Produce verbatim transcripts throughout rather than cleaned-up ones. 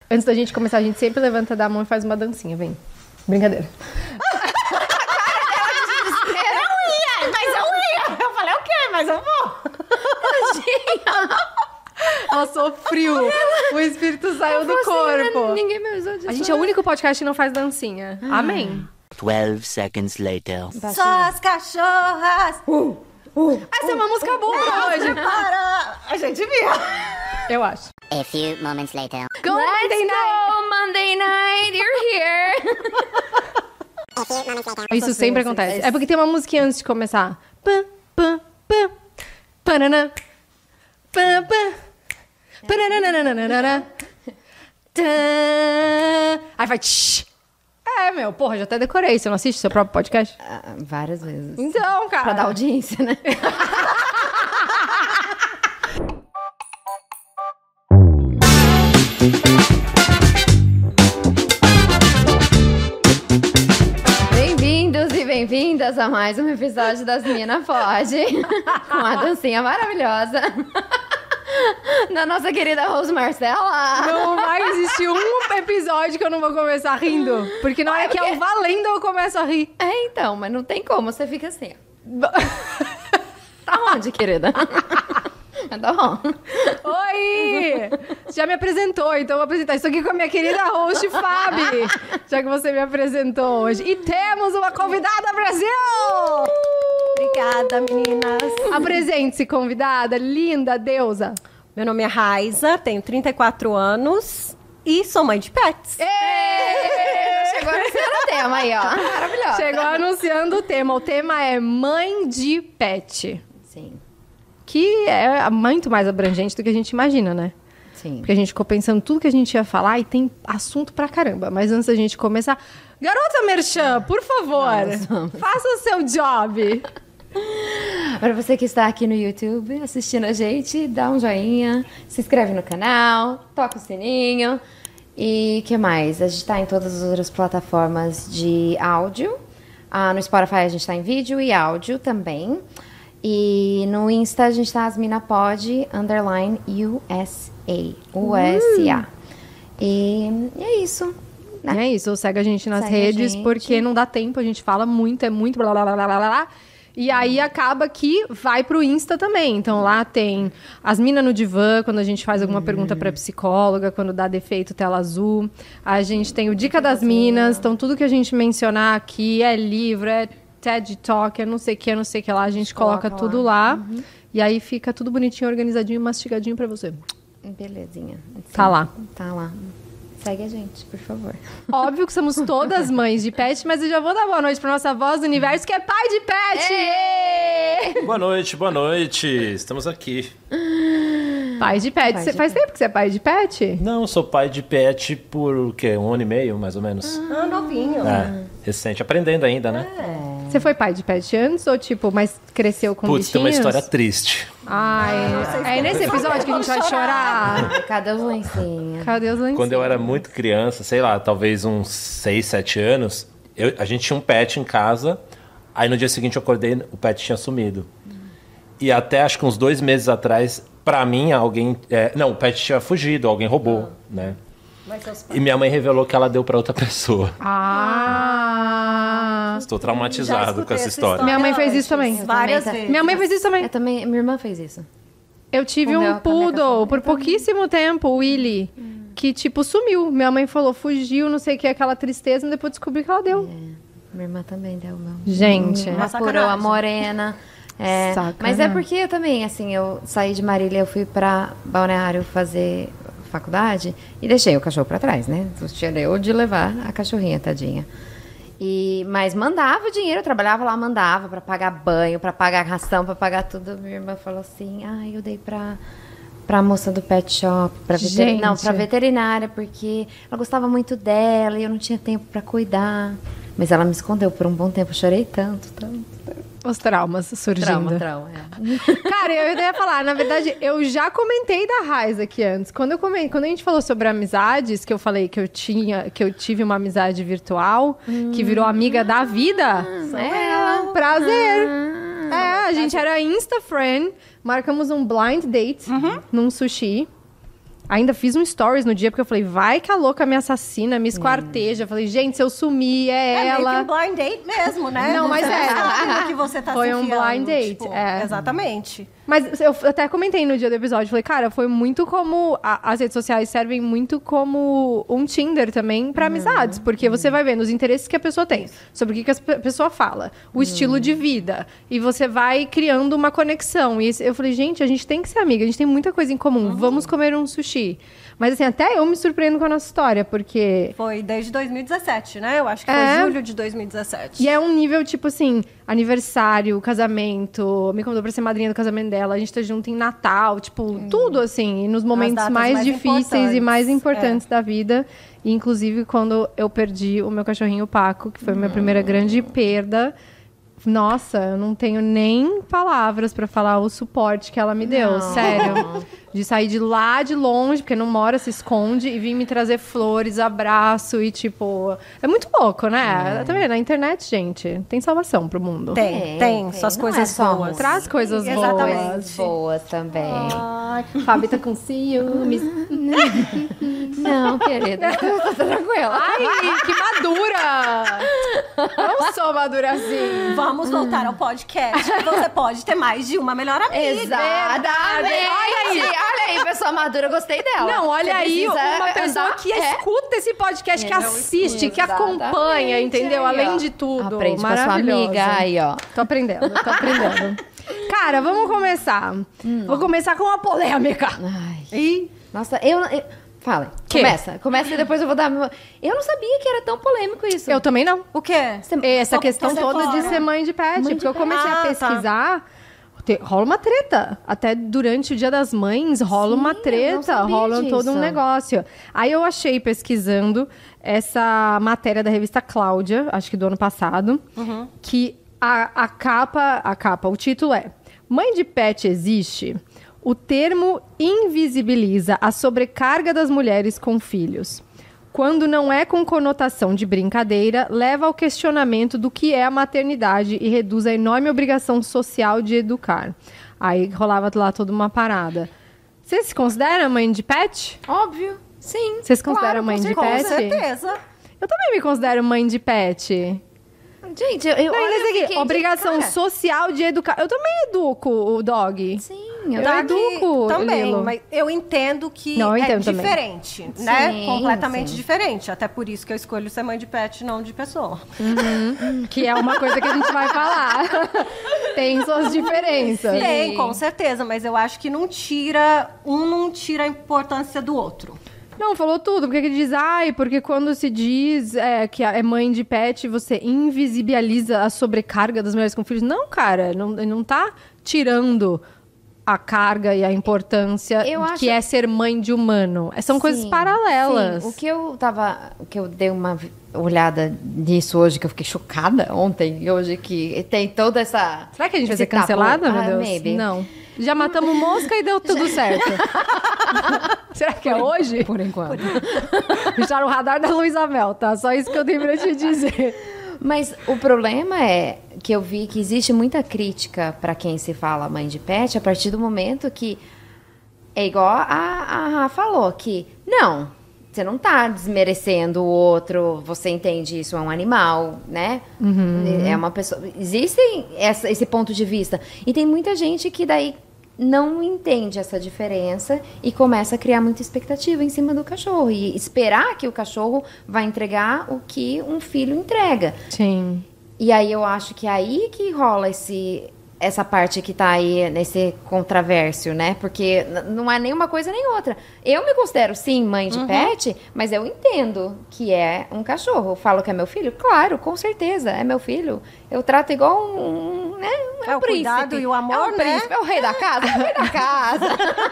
Antes da gente começar, a gente sempre levanta da mão e faz uma dancinha, vem. Brincadeira. Eu ia, mas eu ia. Eu falei, o quê? Mas eu vou. Ela sofreu. O espírito saiu do corpo. Né? Ninguém me avisou disso. A gente é o único podcast que não faz dancinha. Ah. Amém. twelve seconds later. Só as cachorras. Uh, uh, Essa uh, é uma música boa uh, hoje. Para a gente via. Eu acho. A few moments later. Go Let's Monday go, night. Monday night, you're here. A few moments later. Isso sempre acontece. É porque tem uma musiquinha antes de começar. Pã, pã, pã. Pananã. Pã, pã. Pananana. Aí vai... Tsh. É, meu, porra, já até decorei. Você não assiste seu próprio podcast? Ah, várias vezes. Então, cara. Pra dar audiência, né? Bem-vindos e bem-vindas a mais um episódio das Mina Pode. Com a dancinha maravilhosa da nossa querida Rose Marcela. Não vai existir um episódio que eu não vou começar rindo. Porque na hora que é o valendo, eu começo a rir. É, então, mas não tem como, você fica assim. Tá onde, querida? Tá bom. Oi! Já me apresentou, então eu vou apresentar isso aqui com a minha querida host, Fabi. Já que você me apresentou hoje. E temos uma convidada, Brasil! Obrigada, meninas. Apresente-se, convidada, linda, deusa. Meu nome é Raiza, tenho trinta e quatro anos e sou mãe de pets. Chegou anunciando o tema aí, ó. Maravilhosa. Chegou anunciando o tema. O tema é mãe de pet. Sim. Que é muito mais abrangente do que a gente imagina, né? Sim. Porque a gente ficou pensando tudo que a gente ia falar e tem assunto pra caramba. Mas antes da gente começar... Garota Merchan, por favor, Vamos, vamos. faça o seu job. Para você que está aqui no YouTube assistindo a gente, dá um joinha, se inscreve no canal, toca o sininho. E que mais? A gente está em todas as outras plataformas de áudio. Ah, no Spotify a gente está em vídeo e áudio também. E no Insta a gente está asminapod, underline U S A. U S A. E, e é isso. E é isso, segue a gente nas Segue a redes, gente. porque não dá tempo, a gente fala muito, é muito blá blá blá blá blá blá. E aí acaba que vai pro Insta também. Então lá tem as minas no divã, quando a gente faz alguma pergunta pra psicóloga, quando dá defeito tela azul. A gente tem o Dica das Minas, então tudo que a gente mencionar aqui é livro, é TED Talk, é não sei o que, é não sei o que lá. A gente coloca, Coloca tudo lá. Uhum. E aí fica tudo bonitinho, organizadinho, mastigadinho pra você. Belezinha. Tá lá. Tá lá. Segue a gente, por favor. Óbvio que somos todas mães de pet, mas eu já vou dar boa noite pra nossa voz do universo, que é pai de pet! Êêê! Boa noite, boa noite. Estamos aqui. Pai de pet. Pai Você de faz pet. tempo que você é pai de pet? Não, sou pai de pet por o quê? Um ano e meio, mais ou menos. Ah, novinho. É, recente. Aprendendo ainda, né? Você foi pai de pet antes ou, tipo, mas cresceu com Putz, tem uma bichinhos? história triste. Ai, é nesse episódio que a gente vai chorar. Cadê os lencinhos? Cadê os lencinhos? Quando eu era muito criança, sei lá, talvez uns seis, sete anos, eu- a gente tinha um pet em casa, aí no dia seguinte eu acordei, o pet tinha sumido. E até acho que uns dois meses atrás, pra mim, alguém... é, não, o pet tinha fugido, alguém roubou, né? Mas seus E minha mãe revelou que ela deu pra outra pessoa. Ah... Estou Já traumatizado escutei com essa essa história. Minha mãe fez isso antes, também. Várias também, tá? vezes. Minha mãe fez isso também. Eu também, minha irmã fez isso. Eu tive O um meu, com a minha poodle cachorra. por Eu também. pouquíssimo tempo, o Willy, que, tipo, sumiu. Minha mãe falou, fugiu, não sei o que, aquela tristeza, e depois descobri que ela deu. Minha irmã também deu o meu. Gente. Uma Uma coroa sacanagem. morena. É, Sacanagem. mas é porque eu também, assim, eu saí de Marília, eu fui pra Balneário fazer faculdade e deixei o cachorro pra trás, né? Tinha eu de levar a cachorrinha, tadinha. E, mas mandava dinheiro, eu trabalhava lá, mandava pra pagar banho, pra pagar ração, pra pagar tudo. Minha irmã falou assim, ah, eu dei pra, pra moça do pet shop, pra Gente. veterinária, não, pra veterinária, porque ela gostava muito dela e eu não tinha tempo pra cuidar. Mas ela me escondeu por um bom tempo, eu chorei tanto, tanto. Os traumas surgindo. Trauma, trauma, é. Cara, eu ia falar, na verdade, eu já comentei da Raiza aqui antes. Quando, eu comentei, quando a gente falou sobre amizades, que eu falei que eu tinha, que eu tive uma amizade virtual, hum. que virou amiga da vida. É ela. Prazer. Hum. É, a gente era Insta friend, marcamos um blind date Uhum. num sushi. Ainda fiz um stories no dia, porque eu falei, vai que a louca me assassina, me esquarteja. Eu falei, gente, se eu sumir, é, É ela. meio que um blind date mesmo, né? Não, mas Você é. sabe no que você tá Foi se um enfiando, blind date, tipo, é. Exatamente. Mas eu até comentei no dia do episódio, falei, cara, foi muito como... a- as redes sociais servem muito como um Tinder também pra amizades. Porque você vai vendo os interesses que a pessoa tem, sobre o que, que a pe- pessoa fala, o estilo de vida. E você vai criando uma conexão. E esse- eu falei, gente, a gente tem que ser amiga, a gente tem muita coisa em comum. Vamos comer um sushi. Mas assim, até eu me surpreendo com a nossa história, porque... Foi desde dois mil e dezessete, né? Eu acho que É. foi julho de dois mil e dezessete. E é um nível, tipo assim, aniversário, casamento, me convidou pra ser madrinha do casamento dela, a gente tá junto em Natal, tipo, tudo assim, e nos momentos datas mais, mais difíceis e importantes, mais importantes da vida. E, inclusive, quando eu perdi o meu cachorrinho Paco, que foi a minha primeira grande perda. Nossa, eu não tenho nem palavras pra falar o suporte que ela me deu, Não. sério. De sair de lá de longe, porque não mora, se esconde, e vir me trazer flores, abraço e tipo... É muito louco, né? Tá vendo? Na internet, gente, tem salvação pro mundo. Tem, tem, suas Não coisas é só boas. ruim. Traz coisas Sim, boas. exatamente. Coisas boas também. Ai, Fábio tá com ciúmes. Não, querida. Tá tranquila. Ai, que madura! Eu não sou madura assim. Vamos voltar ao podcast. que Você pode ter mais de uma melhor amiga. Exatamente. Olha aí. Olha aí, pessoa madura, eu gostei dela. Não, olha Você aí precisa uma pessoa andar- que é. escuta esse podcast, que Eu assiste, que Exatamente, acompanha, entendeu? aí, Além ó. de tudo. Aprende com a sua Maravilhosa. amiga, aí, ó. Tô aprendendo, tô aprendendo. Cara, vamos começar. Vou começar com uma polêmica. Ai. Ih, Nossa, eu... eu... Fala, Que? começa. Começa e depois eu vou dar... meu- Eu não sabia que era tão polêmico isso. eu também não. O quê? Essa Tô- questão tô toda de fora. ser mãe de pet. Mãe de porque eu pet. comecei a Ah, tá. pesquisar. te- Rola uma treta. Até durante o Dia das Mães, rola Sim, uma eu não treta. sabia Rola todo um disso. negócio. Aí eu achei, pesquisando, essa matéria da revista Cláudia, acho que do ano passado, Uhum. que a, a capa, a capa, o título é Mãe de Pet existe? O termo invisibiliza a sobrecarga das mulheres com filhos. Quando não é com conotação de brincadeira, leva ao questionamento do que é a maternidade e reduz a enorme obrigação social de educar. Aí rolava lá toda uma parada. Você se considera mãe de pet? Óbvio. Sim. Você se considera claro, mãe com de Com pet? certeza. Eu também me considero mãe de pet. Gente, eu... eu Não, olha, mas eu aqui, fiquei de obrigação cara. social de educar. Eu também educo o dog. Sim, eu Eu Tá educo, aqui também, Lilo. mas eu entendo que Não, eu é entendo também. diferente, né? Sim, Completamente sim. diferente. Até por isso que eu escolho ser mãe de pet, não de pessoa. Que é uma coisa que a gente vai falar. Tem suas diferenças. Sim. Tem, com certeza, mas eu acho que não tira, um não tira a importância do outro. Não, falou tudo. Porque que diz, ai, porque quando se diz é, que é mãe de pet, você invisibiliza a sobrecarga das mulheres com filhos. Não, cara, não, não tá tirando a carga e a importância Eu acho- que é ser mãe de humano. São coisas Sim, paralelas. sim. O que eu tava. O que eu dei uma vi- olhada nisso hoje, que eu fiquei chocada ontem e hoje, que tem toda essa. Será que a gente vai esse ser cancelada, tabu? meu Ah, Deus? maybe. Não. Já matamos mosca e deu tudo certo. Será que é hoje? Por enquanto. Está no radar da Luísa Mel, tá? Só isso que eu tenho pra te dizer. Mas o problema é que eu vi que existe muita crítica para quem se fala mãe de pet a partir do momento que é igual a, a Rafa falou, que não, você não tá desmerecendo o outro, você entende isso, é um animal, né? É uma pessoa. Existem essa, esse ponto de vista. E tem muita gente que daí não entende essa diferença e começa a criar muita expectativa em cima do cachorro e esperar que o cachorro vai entregar o que um filho entrega. Sim. E aí eu acho que é aí que rola esse, essa parte que tá aí nesse contravércio, né? Porque n- não é nem uma coisa nem outra. Eu me considero, sim, mãe de pet, mas eu entendo que é um cachorro. Eu falo que é meu filho? Claro, com certeza, é meu filho. Eu trato igual um, né? É um o cuidado príncipe. e o amor, é um né? príncipe, é o rei da casa, é o rei da casa.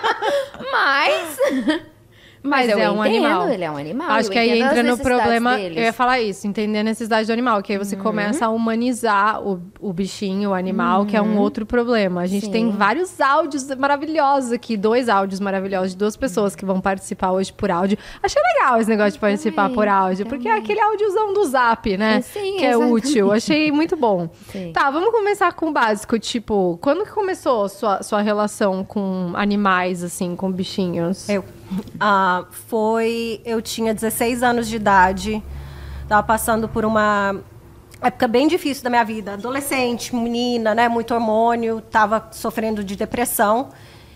mas... Mas eu é um entendo, animal. ele é um animal. Acho eu que aí entendo as entra no necessidades problema. deles. Eu ia falar isso, entender a necessidade do animal. Que aí você começa a humanizar o, o bichinho, o animal, que é um outro problema. A gente Sim. tem vários áudios maravilhosos aqui, dois áudios maravilhosos de duas pessoas que vão participar hoje por áudio. Achei legal esse negócio de participar Também, por áudio, porque é aquele áudiozão do Zap, né? Sim, que é exatamente. útil. Achei muito bom. Sim. Tá, vamos começar com o básico. Tipo, quando que começou sua, sua relação com animais, assim, com bichinhos? Eu. Ah, foi... Eu tinha dezesseis anos de idade. Tava passando por uma época bem difícil da minha vida. Adolescente, menina, né? Muito hormônio. Tava sofrendo de depressão.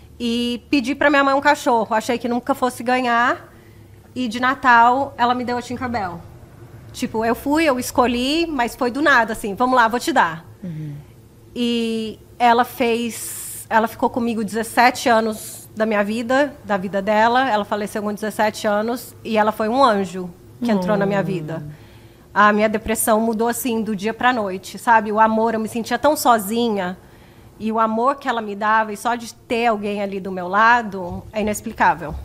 E pedi pra minha mãe um cachorro. Achei que nunca fosse ganhar. E de Natal, ela me deu a Tinkerbell. Tipo, eu fui, eu escolhi, mas foi do nada, assim. Vamos lá, vou te dar. Uhum. E ela fez... Ela ficou comigo dezessete anos da minha vida, da vida dela. Ela faleceu com dezessete anos. E ela foi um anjo que uhum. entrou na minha vida. A minha depressão mudou, assim, do dia pra noite, sabe? O amor, eu me sentia tão sozinha. E o amor que ela me dava, e só de ter alguém ali do meu lado, é inexplicável.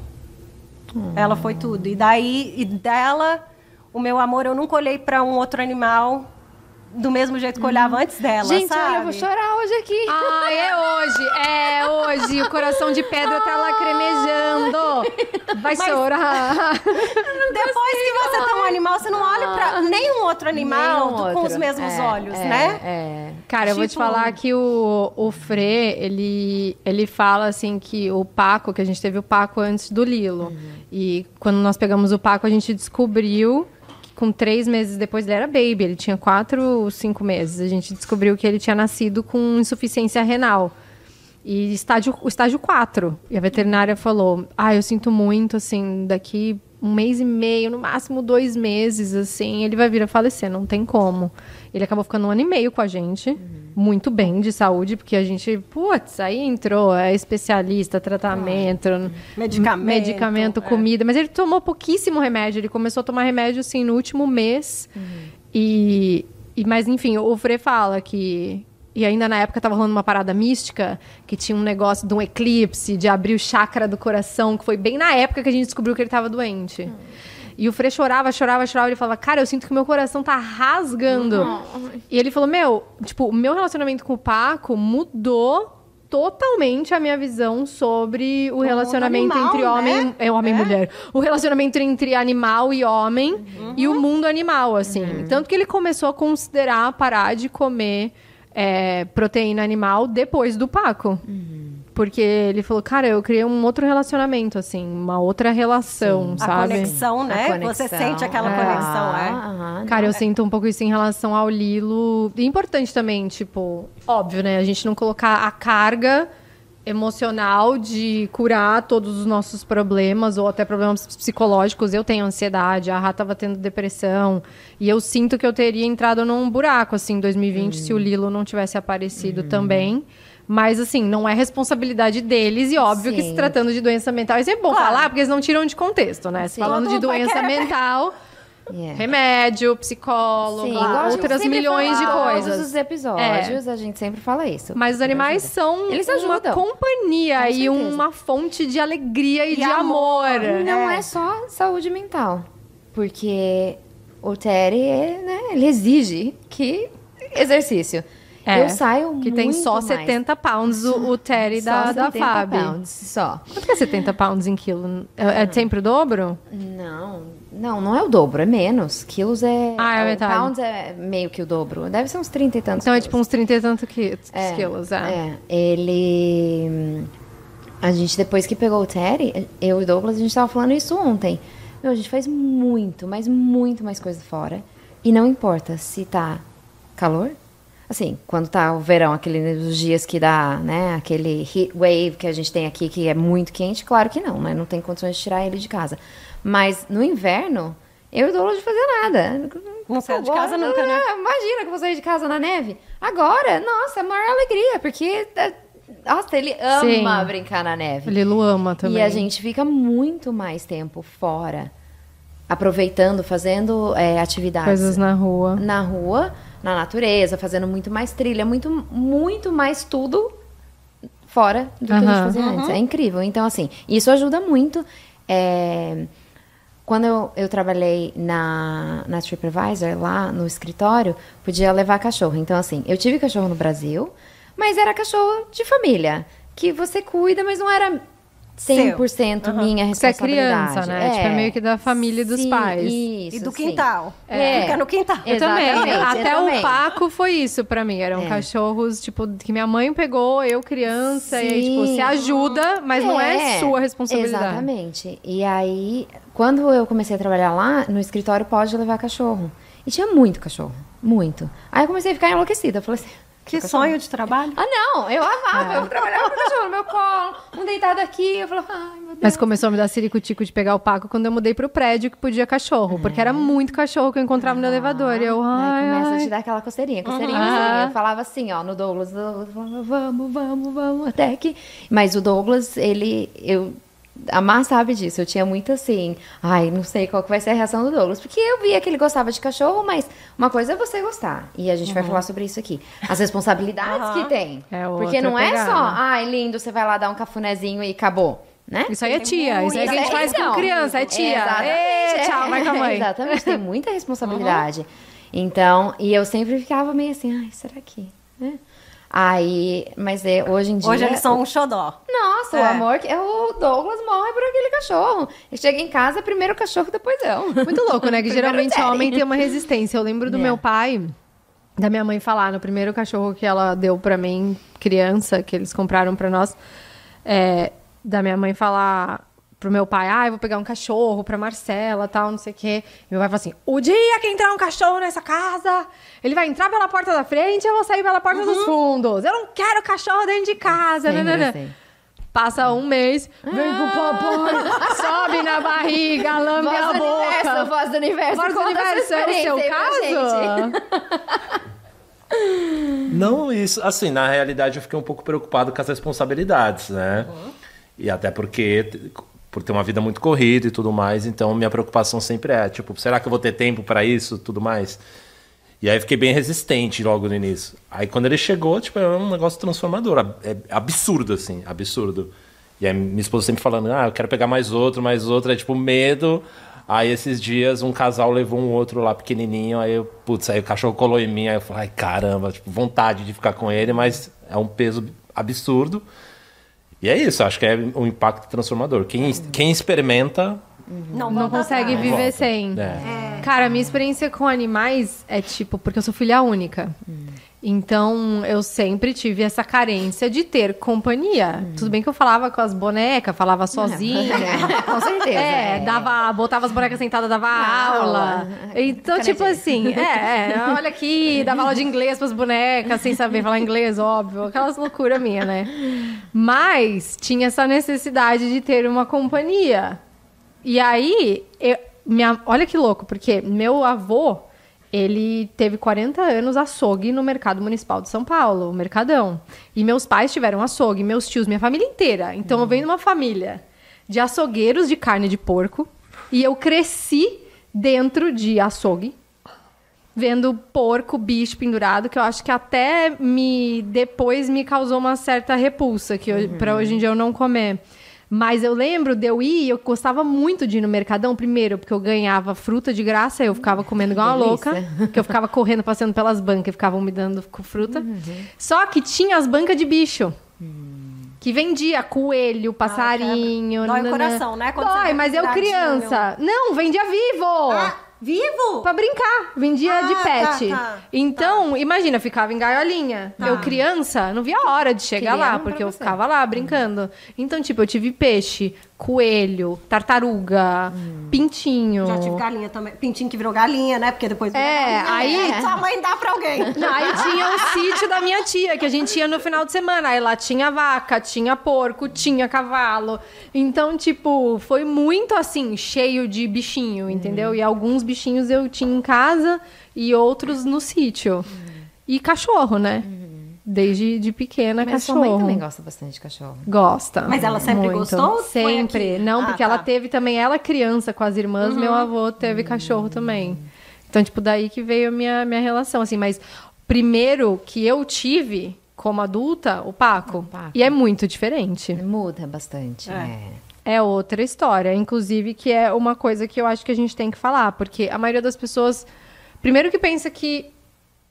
Hum. Ela foi tudo. E daí, e dela, o meu amor, eu nunca olhei para um outro animal do mesmo jeito que eu olhava hum. antes dela, gente, sabe? olha, eu vou chorar hoje aqui. Ai, é hoje, é hoje. O coração de pedra tá lacrimejando. Vai Mas, chorar. Depois que você tem um animal, você não olha para nenhum outro animal Nenhum com outro. os mesmos É, olhos, é, né? É. Cara, eu vou te Tipo- falar que o, o Frê, ele, ele fala assim que o Paco, que a gente teve o Paco antes do Lilo. Uhum. E quando nós pegamos o Paco, a gente descobriu que com três meses depois ele era baby, ele tinha quatro, cinco meses. A gente descobriu que ele tinha nascido com insuficiência renal. E estágio, o estágio quatro. E a veterinária falou, ah, eu sinto muito, assim, daqui um mês e meio, no máximo dois meses, assim, ele vai vir a falecer, não tem como. Ele acabou ficando um ano e meio com a gente, uhum. muito bem de saúde, porque a gente, putz, aí entrou, é especialista, tratamento, ah, medicamento, medicamento é. comida, mas ele tomou pouquíssimo remédio, ele começou a tomar remédio, assim, no último mês, uhum. e, e, mas enfim, o Frê fala que... E ainda na época tava rolando uma parada mística, que tinha um negócio de um eclipse, de abrir o chakra do coração, que foi bem na época que a gente descobriu que ele tava doente. Hum. E o Frê chorava, chorava, chorava, ele falava, cara, eu sinto que o meu coração tá rasgando. Hum. E ele falou, meu, tipo, o meu relacionamento com o Paco mudou totalmente a minha visão sobre o relacionamento animal, entre homem, né? é, homem e É. mulher. O relacionamento entre animal e homem Uhum. e o mundo animal, assim. Uhum. Tanto que ele começou a considerar parar de comer... É, proteína animal depois do Paco. Uhum. Porque ele falou, cara, eu criei um outro relacionamento, assim, uma outra relação, Sim. sabe? A conexão, né? A conexão. Você sente aquela É. conexão, é. Ah, Cara, não, eu sinto um pouco isso em relação ao Lilo. E importante também, tipo, óbvio, né? A gente não colocar a carga emocional de curar todos os nossos problemas ou até problemas psicológicos. Eu tenho ansiedade, a Rá tava tendo depressão e eu sinto que eu teria entrado num buraco, assim, em dois mil e vinte, hum. se o Lilo não tivesse aparecido hum. também. Mas, assim, não é responsabilidade deles e óbvio Sim. que se tratando de doença mental... É sempre bom Claro. falar, porque eles não tiram de contexto, né? Se Sim. falando de Todo mundo vai doença querer. mental... Yeah. Remédio, psicólogo, Sim, igual a gente outras sempre milhões fala de em coisas. Todos os episódios, a gente sempre fala isso. Mas os animais são Eles uma ajudam. companhia Com e certeza. uma fonte de alegria e, E de amor. amor. Não É. é só saúde mental. Porque o Terry, é, né, ele exige que exercício. É, Eu saio Que tem muito só mais. setenta pounds o, o Terry Só da, da setenta Fábio. pounds, só. Quanto que é setenta pounds em quilo? É, é sempre o dobro? Não, não, não é o dobro, é menos. Quilos é... Ah, é o metade. pounds é meio que o dobro. Deve ser uns trinta e tantos Então é quilos. tipo uns trinta e tantos qui- É, quilos. É. É, ele... A gente, depois que pegou o Terry, eu e o Douglas, a gente tava falando isso ontem. Meu, a gente faz muito, mas muito mais coisa fora. E não importa se tá calor. Assim, quando tá o verão, aqueles dias que dá, né, aquele heat wave que a gente tem aqui, que é muito quente, claro que não, né? Não tem condições de tirar ele de casa. Mas no inverno, eu e o Douglas não fazer nada. Não saiu de Agora, casa nunca, né? é, Imagina que eu vou sair de casa na neve. Agora, nossa, é a maior alegria, porque... é, Nossa, ele ama Sim. brincar na neve. O Lilo ama também. E a gente fica muito mais tempo fora, aproveitando, fazendo é, atividades Coisas na rua. na rua, na natureza, fazendo muito mais trilha, muito, muito mais tudo fora do que a gente Aham. fazia antes. É incrível. Então, assim, isso ajuda muito. É, quando eu, eu trabalhei na, na TripAdvisor, lá no escritório, podia levar cachorro. Então, assim, eu tive cachorro no Brasil, mas era cachorro de família, que você cuida, mas não era cem por cento Uhum. minha Você é responsabilidade. criança, né? Tipo, é meio que da família e dos Sim, pais. Isso, E do sim. quintal. É. Fica no quintal. Eu também. Exatamente, Até eu o também. Paco foi isso pra mim. Eram É. cachorros, tipo, que minha mãe pegou, eu criança. E aí, Sim. tipo, você ajuda, mas não é sua responsabilidade. Exatamente. E aí, quando eu comecei a trabalhar lá, no escritório pode levar cachorro. E tinha muito cachorro. Muito. Aí eu comecei a ficar enlouquecida. Eu falei assim... Que sonho de trabalho. Ah, não, eu amava. Eu trabalhava com o cachorro no meu colo, um deitado aqui. Eu falava, ai, meu Deus. Mas começou a me dar ciricutico de pegar o Paco quando eu mudei pro prédio que podia cachorro. Porque era muito cachorro que eu encontrava no elevador. E eu, Aí ai, começa a ai. te dar aquela coceirinha, coceirinha, Uhum. coceirinha. Ah. Eu falava assim, ó, no Douglas, Douglas, falava, vamos, vamos, vamos, até que... Mas o Douglas, ele... eu A Mar sabe disso, eu tinha muito assim, ai, não sei qual que vai ser a reação do Douglas, porque eu via que ele gostava de cachorro, mas uma coisa é você gostar, e a gente vai falar sobre isso aqui, as responsabilidades que tem, É porque outra não é pegada. só, ai, lindo, você vai lá dar um cafunézinho e acabou, né? Isso aí é tia. Isso aí que a gente Isso faz então, com criança. É tia. exatamente, Ê, tchau, é, vai com a mãe. Exatamente, tem muita responsabilidade. Então, e eu sempre ficava meio assim, ai, será que... né? Aí, mas é, hoje em dia... Hoje eles são um xodó. Nossa, o É. amor, que o Douglas morre por aquele cachorro. Ele chega em casa, primeiro o cachorro, depois eu. Muito louco, né? Que Primeiro geralmente série. homem tem uma resistência. Eu lembro do É. meu pai, da minha mãe falar, no primeiro cachorro que ela deu pra mim, criança, que eles compraram pra nós, é, da minha mãe falar pro meu pai, ah, eu vou pegar um cachorro pra Marcela, tal, não sei o quê. E meu pai fala assim, o dia que entrar um cachorro nessa casa, ele vai entrar pela porta da frente e eu vou sair pela porta dos fundos. Eu não quero cachorro dentro de casa. Sempre nananã. assim. Passa um mês, vem com o papai, sobe na barriga, lambe Voz a do boca. universo, voz do universo. Voz do conta a sua universo, é o seu experiência aí pra gente. caso? Não, isso, assim, na realidade eu fiquei um pouco preocupado com as responsabilidades, né? E até porque, t- por ter uma vida muito corrida e tudo mais, então minha preocupação sempre é, tipo, será que eu vou ter tempo pra isso, tudo mais? E aí eu fiquei bem resistente logo no início. Aí quando ele chegou, tipo, é um negócio transformador, ab- é absurdo, assim, absurdo. E aí minha esposa sempre falando, ah, eu quero pegar mais outro, mais outro, é tipo, medo. Aí esses dias um casal levou um outro lá pequenininho, aí eu, putz, aí o cachorro colou em mim, aí eu falei, ai caramba, tipo, vontade de ficar com ele, mas é um peso absurdo. E é isso, acho que é um impacto transformador. Quem, quem experimenta, Não, Não volta consegue atrás. viver volta. sem. É. Cara, a minha experiência com animais é tipo, porque eu sou filha única. Então, eu sempre tive essa carência de ter companhia. Tudo bem que eu falava com as bonecas, falava sozinha. Com certeza. É, dava, botava as bonecas sentadas, dava aula. aula. Então, tipo Canadinha. assim, é, é, olha aqui, dava aula de inglês pras bonecas, sem saber falar inglês, óbvio. Aquelas loucuras minhas, né? Mas tinha essa necessidade de ter uma companhia. E aí, eu, minha, olha que louco, porque meu avô, ele teve quarenta anos açougue no Mercado Municipal de São Paulo, o Mercadão. E meus pais tiveram açougue, meus tios, minha família inteira. Então eu venho de uma família de açougueiros de carne de porco. E eu cresci dentro de açougue, vendo porco, bicho pendurado, que eu acho que até me depois me causou uma certa repulsa, que eu, pra hoje em dia eu não comer. Mas eu lembro de eu ir, eu gostava muito de ir no Mercadão, primeiro, porque eu ganhava fruta de graça, eu ficava comendo igual uma Delícia. louca, porque eu ficava correndo, passando pelas bancas e ficavam me dando com fruta. Só que tinha as bancas de bicho. Que vendia coelho, passarinho. Dói o nananã. coração, né? Quando você Dói, vê mas eu viradinho. criança. Não, vendia vivo! Ah, vivo? Pra brincar, vendia Ah, de pet. tá, tá, então, imagina, eu ficava em gaiolinha. Eu, criança, não via a hora de chegar Criando lá, pra porque eu você. ficava lá brincando. Então, tipo, eu tive peixe, coelho, tartaruga, pintinho. Já tive galinha também. Pintinho que virou galinha, né? Porque depois... virou É, galinha. aí- É, sua mãe dá pra alguém. Não, aí tinha o sítio da minha tia, que a gente ia no final de semana. Aí lá tinha vaca, tinha porco, tinha cavalo. Então, tipo, foi muito assim, cheio de bichinho, entendeu? E alguns bichinhos eu tinha em casa e outros no sítio. E cachorro, né? Desde de pequena, Mas sua cachorro. mãe também gosta bastante de cachorro. Gosta. Mas ela sempre muito. gostou ou foi Sempre. aqui? Não, Ah, porque tá. ela teve também, ela criança com as irmãs, meu avô teve cachorro também. Então, tipo, daí que veio a minha, minha relação, assim. Mas primeiro que eu tive como adulta, o Paco. Paco. E é muito diferente. Muda bastante, É. né? É outra história. Inclusive, que é uma coisa que eu acho que a gente tem que falar. Porque a maioria das pessoas, primeiro que pensa que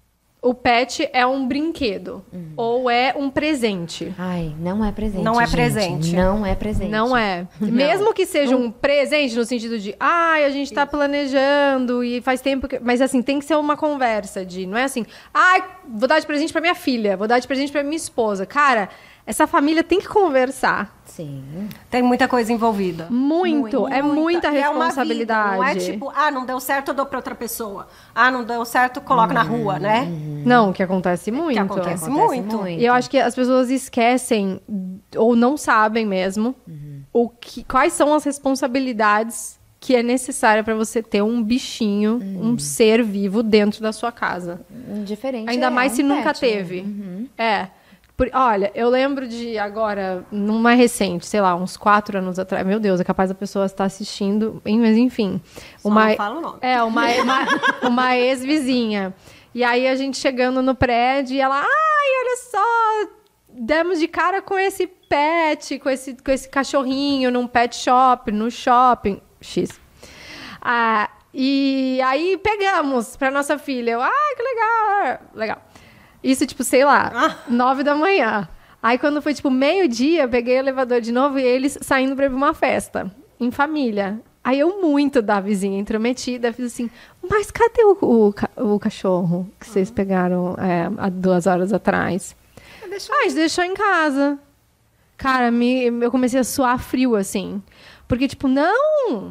o pet é um brinquedo ou é um presente. Ai, não é presente, Não é gente. presente. Não é presente. Não é. Mesmo que seja um presente no sentido de, ai, a gente tá planejando e faz tempo que... Mas assim, tem que ser uma conversa de, não é assim, ai, vou dar de presente pra minha filha, vou dar de presente pra minha esposa. Cara, essa família tem que conversar. Sim. Tem muita coisa envolvida. Muito, é muita E é uma responsabilidade. vida, não é tipo, ah, não deu certo, eu dou pra outra pessoa. Ah, não deu certo, coloca na rua, né? Não, que acontece muito. acontece. Acontece muito. E eu acho que as pessoas esquecem, ou não sabem mesmo, o que, quais são as responsabilidades que é necessária para você ter um bichinho, um ser vivo dentro da sua casa. Diferente. Ainda é, mais um se nunca pet, teve. né? É. Por- olha, eu lembro de agora, numa recente, sei lá, uns quatro anos atrás. Meu Deus, é capaz da pessoa estar assistindo, hein, mas enfim. Só uma, não fala o nome. É, uma, uma, uma ex-vizinha. E aí a gente chegando no prédio e ela, ai, olha só, demos de cara com esse pet, com esse, com esse cachorrinho num pet shop, no shopping. X. Ah, e aí pegamos pra nossa filha. Eu, ai, que legal. Legal. Isso, tipo, sei lá, Ah. nove da manhã. Aí, quando foi, tipo, meio-dia, peguei o elevador de novo e eles saindo pra ir pra uma festa, em família. Aí, eu, muito da vizinha intrometida, fiz assim, mas cadê o, o, ca- o cachorro que vocês pegaram é, há duas horas atrás? Ah, a gente deixou em casa. Cara, me, eu comecei a suar frio, assim. Porque, tipo, não...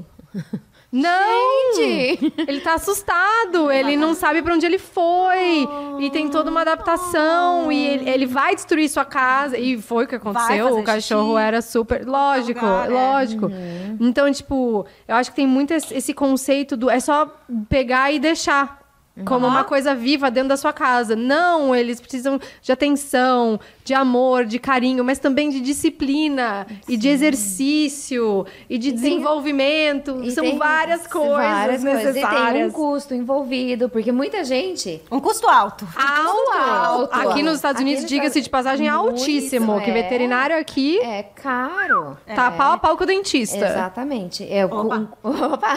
Não! Gente! Ele tá assustado, ele não sabe pra onde ele foi. E tem toda uma adaptação. E ele, ele vai destruir sua casa. E foi o que aconteceu. fazer O cachorro xixi. era super. Lógico, lugar, é. lógico. Então, tipo, eu acho que tem muito esse esse conceito do. É só pegar e deixar. Como uma coisa viva dentro da sua casa. Não, eles precisam de atenção, de amor, de carinho, mas também de disciplina e de exercício e de tem- desenvolvimento. E São tem várias coisas várias coisas. E tem um necessárias. custo envolvido, porque muita gente... Um custo alto. Alto. alto. Aqui nos Estados Aqui Unidos, nos diga-se Estados- de passagem, é Muito, altíssimo. Que é. veterinário aqui É caro. tá pau a pau com o dentista. Exatamente. É, o- Opa. o- Opa!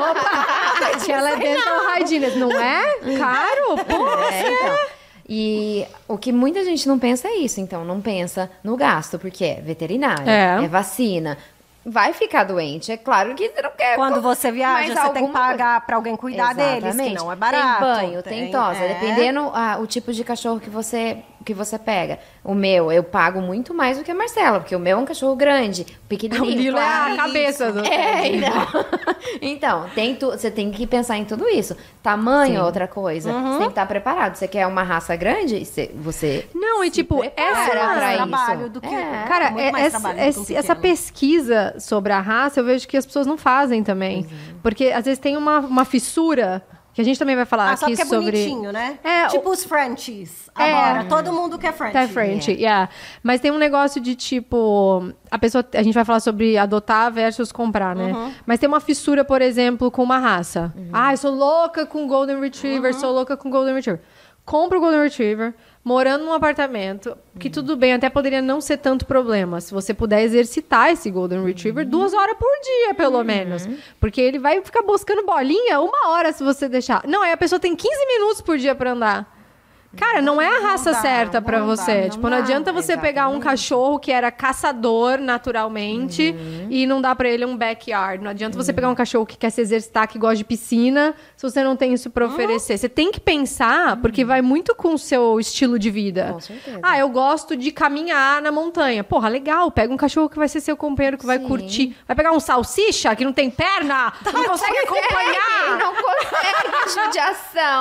Opa! Que ela é dental hygienist, não é? Caro? Pô. É, então. E o que muita gente não pensa é isso, então, não pensa no gasto, porque é veterinário, É. é, vacina. Vai ficar doente, é claro que você não quer. Quando você viaja, mas você tem que alguma pagar pra alguém cuidar deles, que Exatamente. não é barato. Tem banho, tem, tosa, é. dependendo ah, o tipo de cachorro que você, que você pega. O meu, eu pago muito mais do que a Marcela, porque o meu é um cachorro grande, O pequenininho. Lilo é claro. a cabeça do... É, então, então tem tu, você tem que pensar em tudo isso. Tamanho é outra coisa. Uhum. Você tem que estar preparado. Você quer uma raça grande? Você, você Não, e tipo, prepara essa... pra isso. trabalho do que- É. Cara, muito é- mais essa, trabalho do que um esse- pequeno. essa pesquisa sobre a raça, eu vejo que as pessoas não fazem também. Porque, às vezes, tem uma, uma fissura, que a gente também vai falar Ah, só aqui porque é sobre... bonitinho, né? É, tipo o- os Frenchies. É. Agora, todo mundo quer Frenchie. Tá French, yeah. Mas tem um negócio de, tipo... A pessoa... A gente vai falar sobre adotar versus comprar, né? Uhum. Mas tem uma fissura, por exemplo, com uma raça. Ah, eu sou louca com Golden Retriever, Uhum. sou louca com Golden Retriever. Compra o Golden Retriever, morando num apartamento, que tudo bem, até poderia não ser tanto problema, se você puder exercitar esse Golden Retriever duas horas por dia, pelo menos. Porque ele vai ficar buscando bolinha uma hora se você deixar. Não, aí a pessoa tem quinze minutos por dia pra andar. Cara, não é a raça dá, certa pra não dá, você. não tipo, não dá, adianta você pegar um exatamente. cachorro que era caçador naturalmente e não dar pra ele um backyard. Não adianta você pegar um cachorro que quer se exercitar, que gosta de piscina, se você não tem isso pra oferecer. Você tem que pensar, porque vai muito com o seu estilo de vida. Com certeza. Ah, eu gosto de caminhar na montanha. Porra, legal. Pega um cachorro que vai ser seu companheiro, que vai Sim. curtir. Vai pegar um salsicha que não tem perna, não consegue acompanhar. Não consegue, judiação.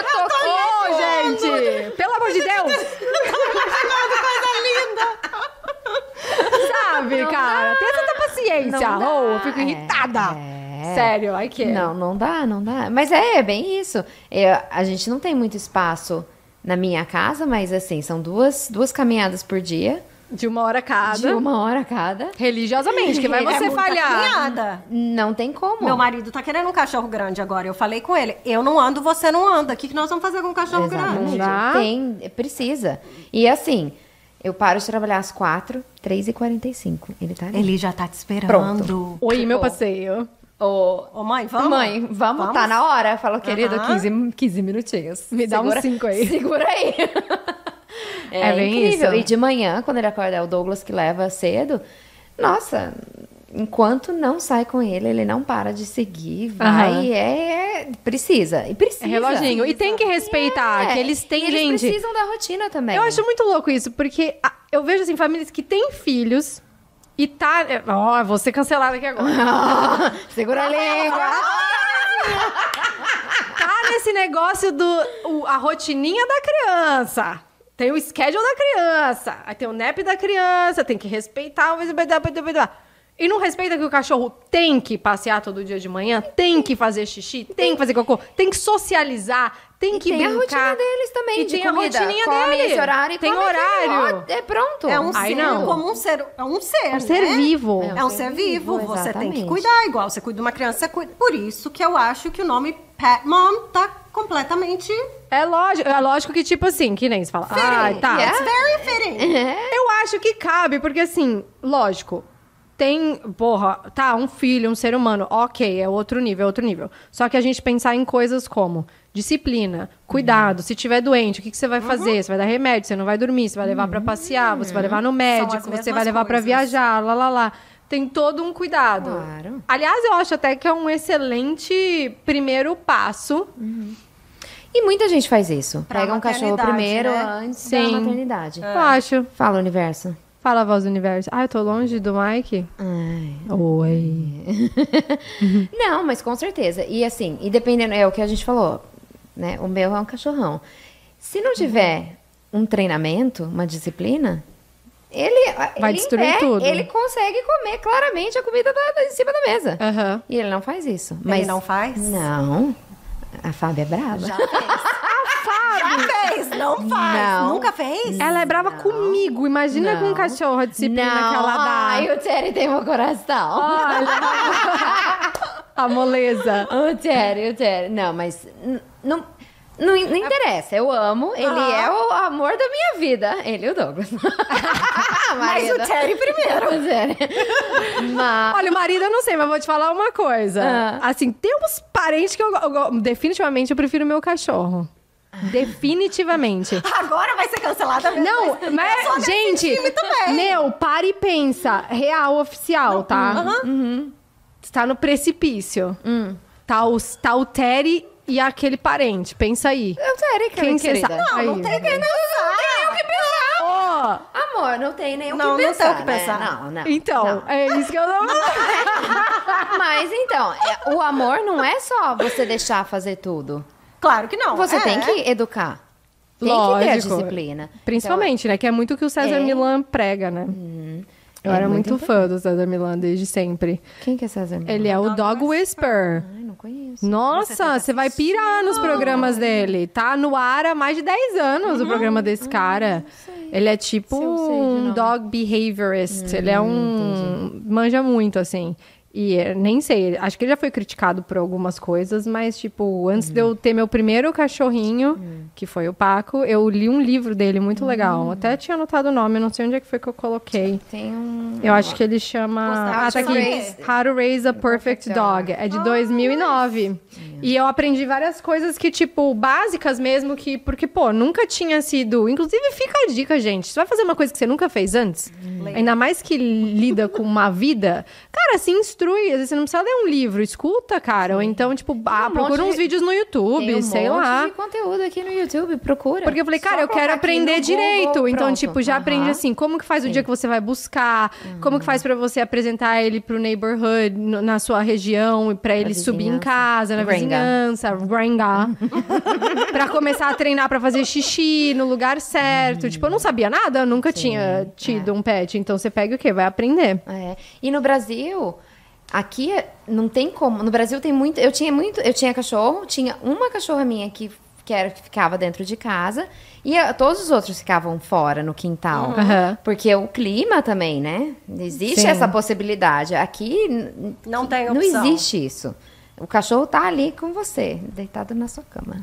Ô, gente! Pelo amor de Deus! Sabe, cara? Tem tanta paciência. Não dá. Oh, eu fico É, irritada. é. Sério, ai que... Não, não dá, não dá. Mas é, é bem isso. É, a gente não tem muito espaço na minha casa, mas assim, são duas, duas caminhadas por dia, De uma hora cada. de uma hora cada. Religiosamente, que vai É você muita falhar. caminhada. Não tem como. Meu marido tá querendo um cachorro grande agora. Eu falei com ele, eu não ando, você não anda. O que, que nós vamos fazer com um cachorro Exatamente. grande? dá. Tem, precisa. E assim, eu paro de trabalhar às quatro, três e quarenta e cinco. Ele tá ali. Ele já tá te esperando. Pronto. Oi, meu passeio. Ô, Ô, mãe, vamos? Mãe, vamos? Tá na hora? Falou, querido, Aham. quinze, quinze minutinhos. Me dá uns cinco aí. Segura aí. É, É bem incrível. isso. E de manhã, quando ele acorda, é o Douglas que leva cedo. Nossa, enquanto não sai com ele, ele não para de seguir. Vai, Aham. é, é- Precisa. E precisa. É reloginho. E tem que respeitar, É, que eles têm, e eles gente... precisam da rotina também. Eu acho muito louco isso, porque ah, eu vejo, assim, famílias que têm filhos e tá... Ó, eu vou ser cancelada aqui agora. Segura a língua. Tá nesse negócio do... o- a rotininha da criança. Tem o schedule da criança. Aí tem o nap da criança. Tem que respeitar. E não respeita que o cachorro tem que passear todo dia de manhã, tem que fazer xixi, tem que fazer cocô, tem que socializar, tem que Tem a brincar. rotina deles também, E de tem a comida. rotininha Come dele. esse horário e Tem come aquele horário. outro. É pronto. É um Ai, ser não. como um ser. É um ser. É um ser né? vivo. É É um ser vivo, você tem que exatamente. cuidar, igual você cuida de uma criança, você cuida. Por isso que eu acho que o nome Pet Mom tá completamente É lógico, é lógico que, tipo assim, que nem se fala. Ah, tá. Yeah. it's very fitting. Eu acho que cabe, porque assim, lógico, tem, porra, tá, um filho, um ser humano, ok, é outro nível, é outro nível. Só que a gente pensar em coisas como disciplina, cuidado, Uhum. se tiver doente, o que, que você vai fazer? Você vai dar remédio, você não vai dormir, você vai levar pra passear, você vai levar no médico, as você mesmas vai levar pra coisas. viajar, lá, lá, lá. Tem todo um cuidado. Claro. Aliás, eu acho até que é um excelente primeiro passo. E muita gente faz isso. Pra Pega um cachorro maternidade, primeiro né? antes Sim. da maternidade. Eu acho. Fala, universo. Fala, voz do universo. Ah, eu tô longe do Mike? Ai. Oi. Não, mas com certeza. E assim, e dependendo, é o que a gente falou, né? O meu é um cachorrão. Se não tiver um treinamento, uma disciplina, ele Vai ele destruir em pé, tudo. Ele consegue comer claramente a comida da, da- em cima da mesa. Aham. E ele não faz isso. Mas Ele não faz? Não. A Fábia é brava. Já fez, não faz. Não. Nunca fez? Ela é brava comigo. Imagina Não. com um cachorro a disciplina não. que ela dá. Ai, o Terry tem um coração. A moleza. O Terry, o Terry. Não, mas n- não, não, não interessa. Eu amo. Ele Aham. é o amor da minha vida. Ele e o Douglas. Mas o Terry primeiro. O Terry. Mas... Olha, o marido eu não sei, mas vou te falar uma coisa. Ah. Assim, tem uns parentes que eu, eu, eu- definitivamente eu prefiro o meu cachorro. Definitivamente. Agora vai ser cancelada mesmo. Não, Eu sou mas, desse gente, time também. meu, para e pensa. Real oficial, tá? Aham. Está no precipício. Hum. Tá, o, tá o Terry e aquele parente. Pensa aí. O Terry, Quem você querida. sabe? Não, Aí. não tem que pensar. Tem o que pensar. Ó, Amor, não tem nem o Não, que não pensar. tem o que né? pensar. Não, não. então, não. é isso que eu não... Mas então, é, o amor não é só você deixar fazer tudo. Claro que não. Você é. tem que educar. Tem que ter a Lógico. disciplina. Principalmente, né? Que é muito o que o César É. Milan prega, né? Eu É era muito muito, fã do César Milan desde sempre. Então, quem que é César Milan? Ele é o Dog Whisperer. Ai, não conheço. Nossa, você vai pirar nos programas dele. Tá no ar há mais de dez anos o programa desse cara. Ele é tipo Se eu sei de um nome. dog behaviorist. Ele é um... Manja muito, assim. E eh, nem sei, acho que ele já foi criticado por algumas coisas, mas, tipo, antes de eu ter meu primeiro cachorrinho, que foi o Paco, eu li um livro dele muito legal. Até tinha anotado o nome, eu não sei onde é que foi que eu coloquei. Tem um... Eu acho que ele chama... Gostava Ah, de tá aqui. saber. How to Raise a Perfect Dog. É de dois mil e nove. E eu aprendi várias coisas que, tipo, básicas mesmo, que... Porque, pô, nunca tinha sido... Inclusive, fica a dica, gente. Você vai fazer uma coisa que você nunca fez antes, ainda mais que lida com uma vida, cara, se instrui. Às vezes você não precisa ler um livro, escuta, cara. Ou então, tipo, ah, um procura monte uns de- vídeos no YouTube, Tem um sei monte lá. de conteúdo aqui no YouTube, procura. Porque eu falei, cara, Só eu quero colocar aqui aprender no direito. Google, Então, pronto. tipo, já aprende Aham. assim, como que faz o dia que você vai buscar, como que faz pra você apresentar ele pro neighborhood, no- na sua região, e pra ele subir em vizinhança. casa, na Gringa. vizinhança, gringa. Pra começar a treinar pra fazer xixi no lugar certo. Tipo, eu não sabia nada, eu nunca tinha tido um pet. Então, você pega o quê? Vai aprender. É. E no Brasil, aqui não tem como. No Brasil tem muito. Eu tinha muito. Eu tinha cachorro, tinha uma cachorra minha que, que, era, que ficava dentro de casa. E a- todos os outros ficavam fora, no quintal. Aham. Porque o clima também, né? Existe Sim. essa possibilidade. Aqui n- Não tem não opção. existe isso. O cachorro tá ali com você, deitado na sua cama.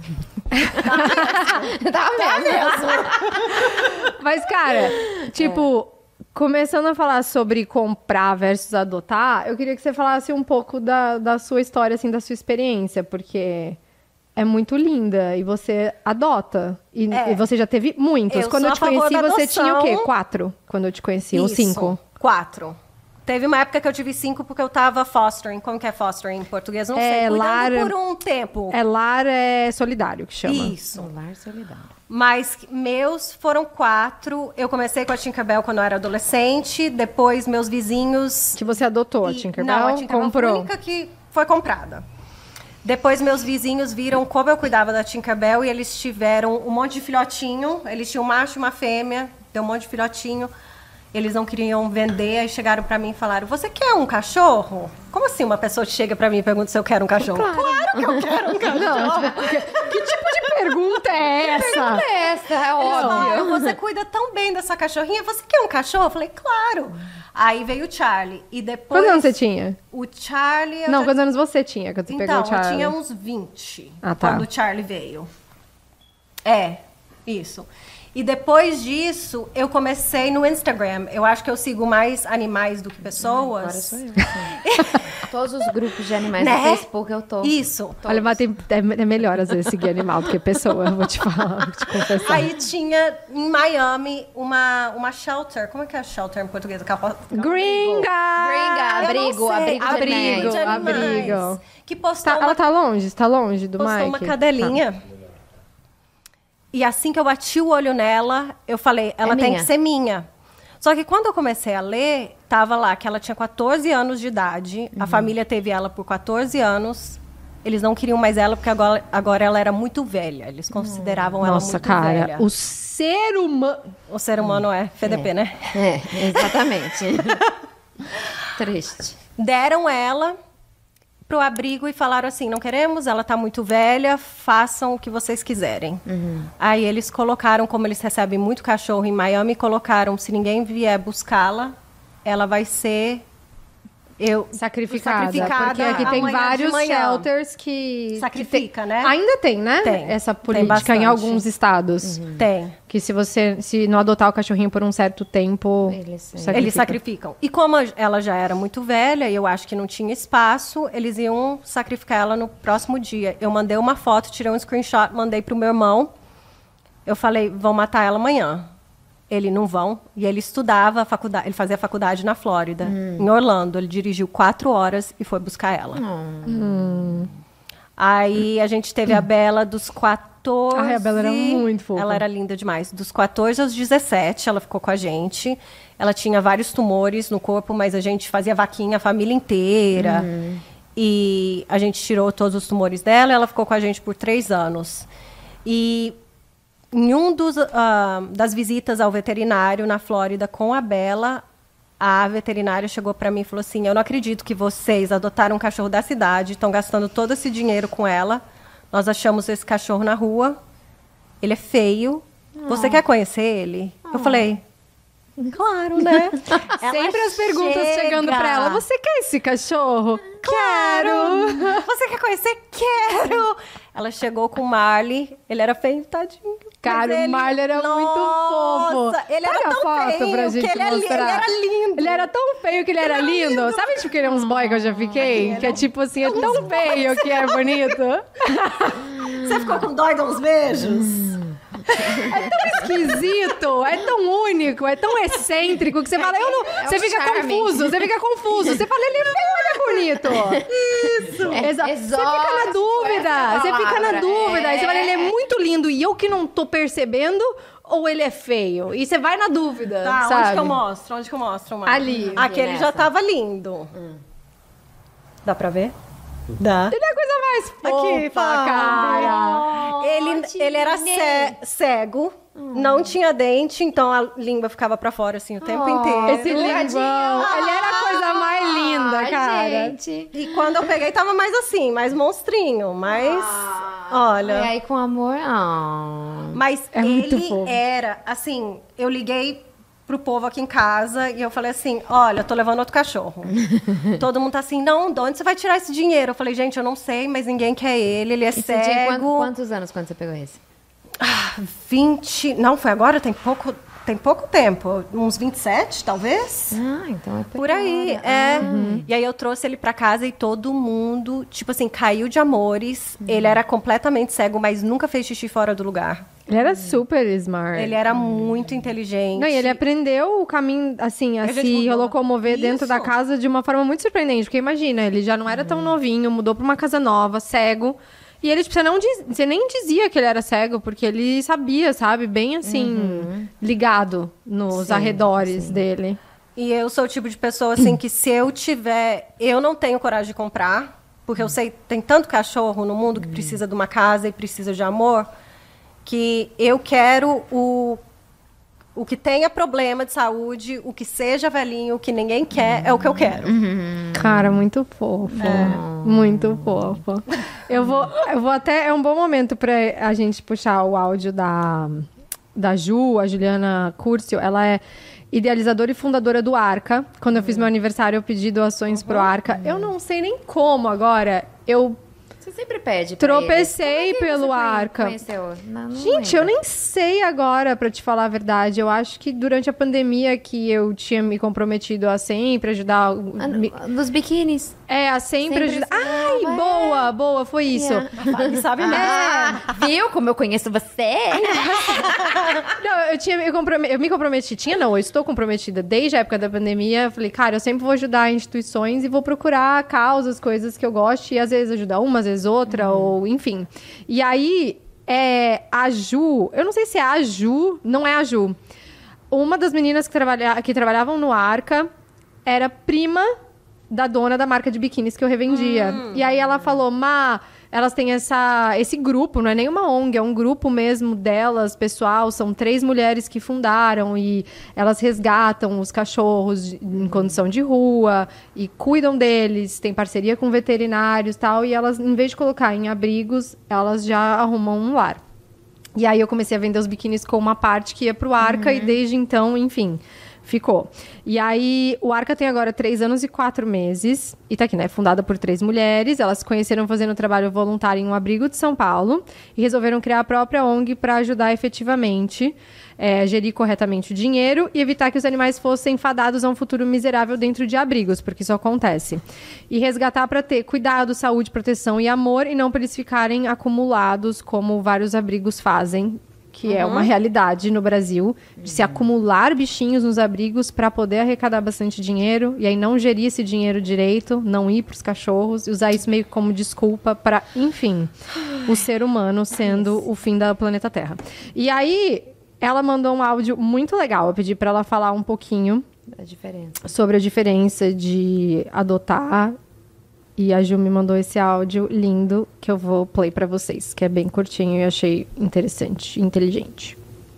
tá mesmo. Mas, cara, tipo, Começando a falar sobre comprar versus adotar, eu queria que você falasse um pouco da, da sua história, assim, da sua experiência, porque é muito linda e você adota. E, É. e você já teve muitos. Eu Quando sou eu a te favor conheci, da você tinha o quê? adoção. Quatro? Quando eu te conheci, ou Isso, cinco? Quatro. Teve uma época que eu tive cinco porque eu tava fostering. Como que é fostering em português? Não É, sei. Cuidando lar- por um tempo. É lar é solidário que chama. Isso. Lar solidário. Mas meus foram quatro. Eu comecei com a Tinkerbell quando eu era adolescente. Depois meus vizinhos... Que você adotou a E- Tinkerbell? Não, a Tinkerbell comprou. foi a única que foi comprada. Depois meus vizinhos viram como eu cuidava da Tinkerbell e eles tiveram um monte de filhotinho. Eles tinham um macho e uma fêmea, deu um monte de filhotinho. Eles não queriam vender, aí chegaram pra mim e falaram: você quer um cachorro? Como assim uma pessoa chega pra mim e pergunta se eu quero um cachorro? Claro, que eu quero um cachorro. Que tipo de pergunta é essa? Essa, é Falaram, óbvio. você cuida tão bem dessa cachorrinha, você quer um cachorro? Eu falei, claro. Aí veio o Charlie. E depois. Quantos anos você tinha? O Charlie. eu Não, já- quantos anos você tinha quando você Então, pegou o Charlie? eu tinha uns vinte Ah, tá. quando o Charlie veio. É, isso. E depois disso, eu comecei no Instagram. Eu acho que eu sigo mais animais do que pessoas. Agora sou eu. sim. Todos os grupos de animais Né? no Facebook eu tô. Isso. Olha, mas tem, é, é melhor às vezes seguir animal do que pessoa, eu vou te falar, vou te confessar. Aí tinha em Miami uma, uma shelter. Como é que é shelter em português? Carro- Gringa! Gringa, Eu não abrigo, sei. abrigo de Abrigo, animais. abrigo. Que postou, Tá- uma, ela tá longe? Tá longe do postou Mike? uma cadelinha. E assim que eu bati o olho nela, eu falei, ela É tem minha. que ser minha. Só que quando eu comecei a ler, tava lá que ela tinha quatorze anos de idade. A família teve ela por quatorze anos. Eles não queriam mais ela porque agora, agora ela era muito velha. Eles consideravam ela Nossa, muito cara, velha. o ser humano... O ser humano é F D P, né? É, exatamente. Triste. Deram ela pro abrigo e falaram assim, não queremos, ela tá muito velha, façam o que vocês quiserem. Aí eles colocaram, como eles recebem muito cachorro em Miami, colocaram, se ninguém vier buscá-la, ela vai ser eu Sacrificada, sacrificada porque aqui tem amanhã de vários manhã. shelters que... Sacrifica, que tem- né? Ainda tem, né? Tem. Essa Tem política bastante. em alguns estados. Tem. Que se você se não adotar o cachorrinho por um certo tempo, Eles- sacrifica. Eles sacrificam. E como a- ela já era muito velha e eu acho que não tinha espaço, eles iam sacrificar ela no próximo dia. Eu mandei uma foto, tirei um screenshot, mandei pro meu irmão. Eu falei, vão matar ela amanhã. Ele, não vão. E ele estudava, a faculdade, ele fazia faculdade na Flórida, em Orlando. Ele dirigiu quatro horas e foi buscar ela. Aí a gente teve a Bela dos quatorze... Ai, a Bela era muito fofa. Ela era linda demais. Dos quatorze aos dezessete, ela ficou com a gente. Ela tinha vários tumores no corpo, mas a gente fazia vaquinha a família inteira. E a gente tirou todos os tumores dela. Ela ficou com a gente por três anos. E em um dos ah, das visitas ao veterinário na Flórida com a Bela, a veterinária chegou para mim e falou assim: eu não acredito que vocês adotaram um cachorro da cidade, estão gastando todo esse dinheiro com ela. Nós achamos esse cachorro na rua. Ele é feio. Você quer conhecer ele? Eu falei, claro, né? Ela Sempre as perguntas chega. chegando pra ela. Você quer esse cachorro? Quero! Quero! Você quer conhecer? Quero! Ela chegou com o Marley. Ele era feio, tadinho. Cara, Mas o ele- Marley era muito fofo. Nossa, ele era Pega a tão foto feio pra que gente ele, é li- mostrar. ele era lindo. Ele era tão feio que ele era, lindo. Sabe, tipo, aquele uns boy que eu já fiquei? Que é tipo assim, é tão feio que é bonito. Você ficou com dó e dá uns beijos? Esquisito, é tão único, é tão excêntrico que você fala, eu não. é Você o fica charme. confuso, você fica confuso. Você fala, ele é feio, ele é bonito. Isso. É Você fica na exótico, dúvida. essa Você fica na palavra, dúvida. Aí você fala, é. ele é muito lindo e eu que não tô percebendo, ou ele é feio? E você vai na dúvida, Tá, sabe? onde que eu mostro? Onde que eu mostro, Marley? Ali. Aquele nessa. já tava lindo. Dá pra ver? Dá. Ele é a coisa mais fofa, Aqui, Fábio. cara. Ele, ele era cé- cego, não tinha dente, então a língua ficava pra fora assim o tempo inteiro. Esse linguão. Ele era a coisa mais linda, Ai, cara. gente. E quando eu peguei, tava mais assim, mais monstrinho, mas olha. E aí, com amor... Ah. Mas É muito ele fofo. era, assim, eu liguei pro povo aqui em casa e eu falei assim, olha, eu tô levando outro cachorro. Todo mundo tá assim, não, de onde você vai tirar esse dinheiro? Eu falei, gente, eu não sei, mas ninguém quer ele, ele é E você cego. tinha quanto- quantos anos quando você pegou esse? vinte, não, foi agora, tem pouco, tem pouco tempo, uns vinte e sete, talvez. Ah, então é Por aí, agora. é. Uhum. E aí eu trouxe ele pra casa e todo mundo, tipo assim, caiu de amores. Uhum. Ele era completamente cego, mas nunca fez xixi fora do lugar. Ele era super smart. Ele era muito inteligente. Não, e ele aprendeu o caminho, assim, a A gente se mudou. locomover Isso. dentro da casa de uma forma muito surpreendente. Porque imagina, ele já não era tão novinho, mudou pra uma casa nova, cego. E ele, tipo, você, não diz, você nem dizia que ele era cego, porque ele sabia, sabe? Bem, assim, ligado nos Sim, arredores sim. dele. E eu sou o tipo de pessoa, assim, que se eu tiver... Eu não tenho coragem de comprar, porque eu sei tem tanto cachorro no mundo que precisa de uma casa e precisa de amor, que eu quero o, o que tenha problema de saúde, o que seja velhinho, o que ninguém quer, é o que eu quero. Cara, muito fofo. Muito fofo. Eu vou, eu vou até... É um bom momento pra a gente puxar o áudio da, da Ju, a Juliana Curcio. Ela é idealizadora e fundadora do Arca. Quando eu fiz meu aniversário, eu pedi doações pro Arca. Eu não sei nem como agora. Eu Você sempre pede pra tropecei eles. Como é que pelo você conhe- Arca. Conheceu? Não, não Gente, lembro. eu nem sei agora, pra te falar a verdade. Eu acho que durante a pandemia que eu tinha me comprometido a sempre ajudar... o- Ah, me- Dos biquínis. É, a sempre, Sempre ajudar... Ai, ajudava, boa, boa, foi isso. Yeah. E sabe mesmo. Ah, viu como eu conheço você? Não, eu, tinha, me comprome- eu me comprometi, tinha não, eu estou comprometida desde a época da pandemia. Eu falei, cara, eu sempre vou ajudar instituições e vou procurar causas, coisas que eu gosto, e às vezes ajudar uma, às vezes outra, ou enfim. E aí, é, a Ju, eu não sei se é a Ju, não é a Ju. Uma das meninas que, trabalha, que trabalhavam no Arca era prima da dona da marca de biquínis que eu revendia. E aí ela falou, Má, elas têm essa, esse grupo, não é nem uma O N G, é um grupo mesmo delas, pessoal, são três mulheres que fundaram e elas resgatam os cachorros de- em condição de rua e cuidam deles, tem parceria com veterinários e tal, e elas, em vez de colocar em abrigos, elas já arrumam um lar. E aí eu comecei a vender os biquínis com uma parte que ia pro Arca e desde então, enfim, ficou. E aí o Arca tem agora três anos e quatro meses e tá aqui, né? Fundada por três mulheres. Elas se conheceram fazendo trabalho voluntário em um abrigo de São Paulo e resolveram criar a própria O N G para ajudar efetivamente, é, gerir corretamente o dinheiro e evitar que os animais fossem fadados a um futuro miserável dentro de abrigos, porque isso acontece. E resgatar para ter cuidado, saúde, proteção e amor e não para eles ficarem acumulados como vários abrigos fazem, que é uma realidade no Brasil, de se acumular bichinhos nos abrigos para poder arrecadar bastante dinheiro e aí não gerir esse dinheiro direito, não ir para os cachorros e usar isso meio como desculpa para, enfim, o ser humano sendo o fim da planeta Terra. E aí ela mandou um áudio muito legal, eu pedi para ela falar um pouquinho A diferença. sobre a diferença de adotar. E a Ju me mandou esse áudio lindo que eu vou play pra vocês, que é bem curtinho e achei interessante, inteligente.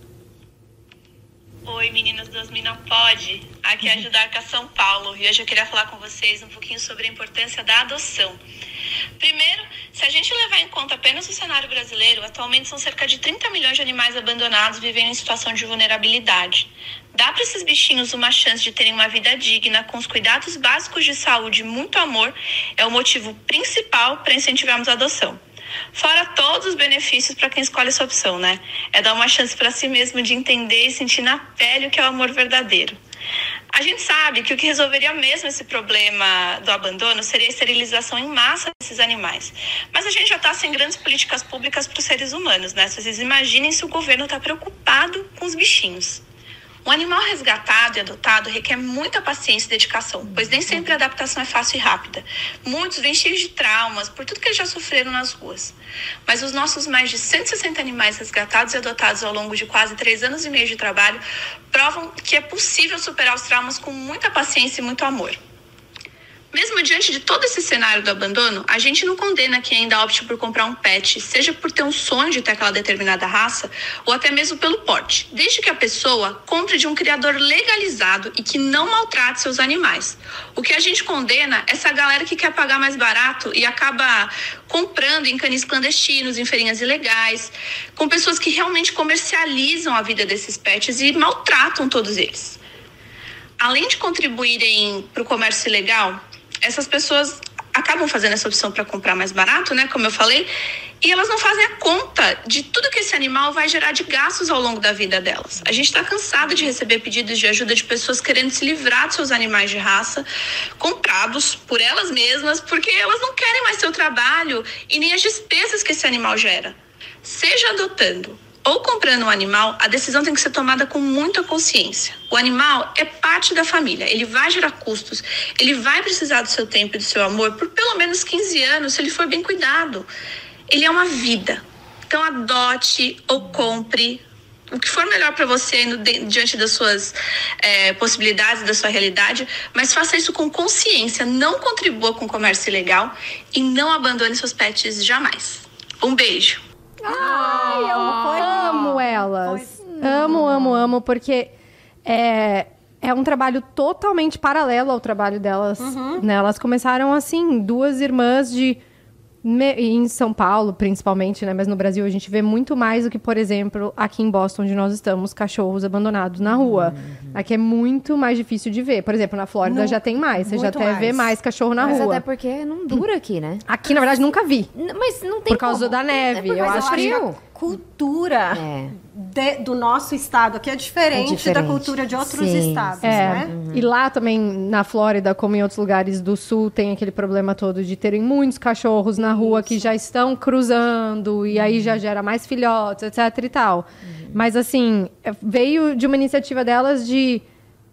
Oi, meninas do Asmina Pode. Aqui é a Judarca São Paulo e hoje eu queria falar com vocês um pouquinho sobre a importância da adoção. Primeiro, se a gente levar em conta apenas o cenário brasileiro, atualmente são cerca de trinta milhões de animais abandonados vivendo em situação de vulnerabilidade. Dá para esses bichinhos uma chance de terem uma vida digna, com os cuidados básicos de saúde e muito amor, é o motivo principal para incentivarmos a adoção. Fora todos os benefícios para quem escolhe essa opção, né? É dar uma chance para si mesmo de entender e sentir na pele o que é o amor verdadeiro. A gente sabe que o que resolveria mesmo esse problema do abandono seria a esterilização em massa desses animais. Mas a gente já está sem grandes políticas públicas para os seres humanos, né? Vocês imaginem se o governo está preocupado com os bichinhos. Um animal resgatado e adotado requer muita paciência e dedicação, pois nem sempre a adaptação é fácil e rápida. Muitos vêm cheios de traumas por tudo que eles já sofreram nas ruas. Mas os nossos mais de cento e sessenta animais resgatados e adotados ao longo de quase três anos e meio de trabalho provam que é possível superar os traumas com muita paciência e muito amor. Mesmo diante de todo esse cenário do abandono, a gente não condena quem ainda opte por comprar um pet, seja por ter um sonho de ter aquela determinada raça, ou até mesmo pelo porte, desde que a pessoa compre de um criador legalizado e que não maltrate seus animais. O que a gente condena é essa galera que quer pagar mais barato e acaba comprando em canis clandestinos, em feirinhas ilegais, com pessoas que realmente comercializam a vida desses pets e maltratam todos eles. Além de contribuírem para o comércio ilegal, essas pessoas acabam fazendo essa opção para comprar mais barato, né? Como eu falei, E elas não fazem a conta de tudo que esse animal vai gerar de gastos ao longo da vida delas. A gente está cansado de receber pedidos de ajuda de pessoas querendo se livrar dos seus animais de raça, comprados por elas mesmas, porque elas não querem mais seu trabalho e nem as despesas que esse animal gera. Seja adotando ou comprando um animal, a decisão tem que ser tomada com muita consciência. O animal é parte da família, ele vai gerar custos, ele vai precisar do seu tempo e do seu amor por pelo menos quinze anos, se ele for bem cuidado. Ele é uma vida, então adote ou compre o que for melhor para você no, diante das suas é, possibilidades, da sua realidade, mas faça isso com consciência, não contribua com o comércio ilegal e não abandone seus pets jamais. Um beijo! Ai, eu amo elas. Amo, amo, amo, porque é, é um trabalho totalmente paralelo ao trabalho delas. Uhum. Né? Elas começaram assim, duas irmãs de... Me, em São Paulo, principalmente, né? Mas no Brasil a gente vê muito mais do que, por exemplo, aqui em Boston, onde nós estamos, cachorros abandonados na rua. Uhum. Aqui é muito mais difícil de ver. Por exemplo, na Flórida No, já tem mais. Você já até mais. vê mais cachorro na Mas rua. até porque não dura aqui, né? Aqui, na verdade, nunca vi. N- Mas não tem Por causa como. da neve. É por eu causa acho do que... frio. Cultura É. de- do nosso estado aqui é diferente, É diferente. da cultura de outros Sim, estados, É, né? e lá também, na Flórida, como em outros lugares do sul, tem aquele problema todo de terem muitos cachorros na rua que já estão cruzando, e aí já gera mais filhotes, etc e tal. Mas, assim, é- veio de uma iniciativa delas de,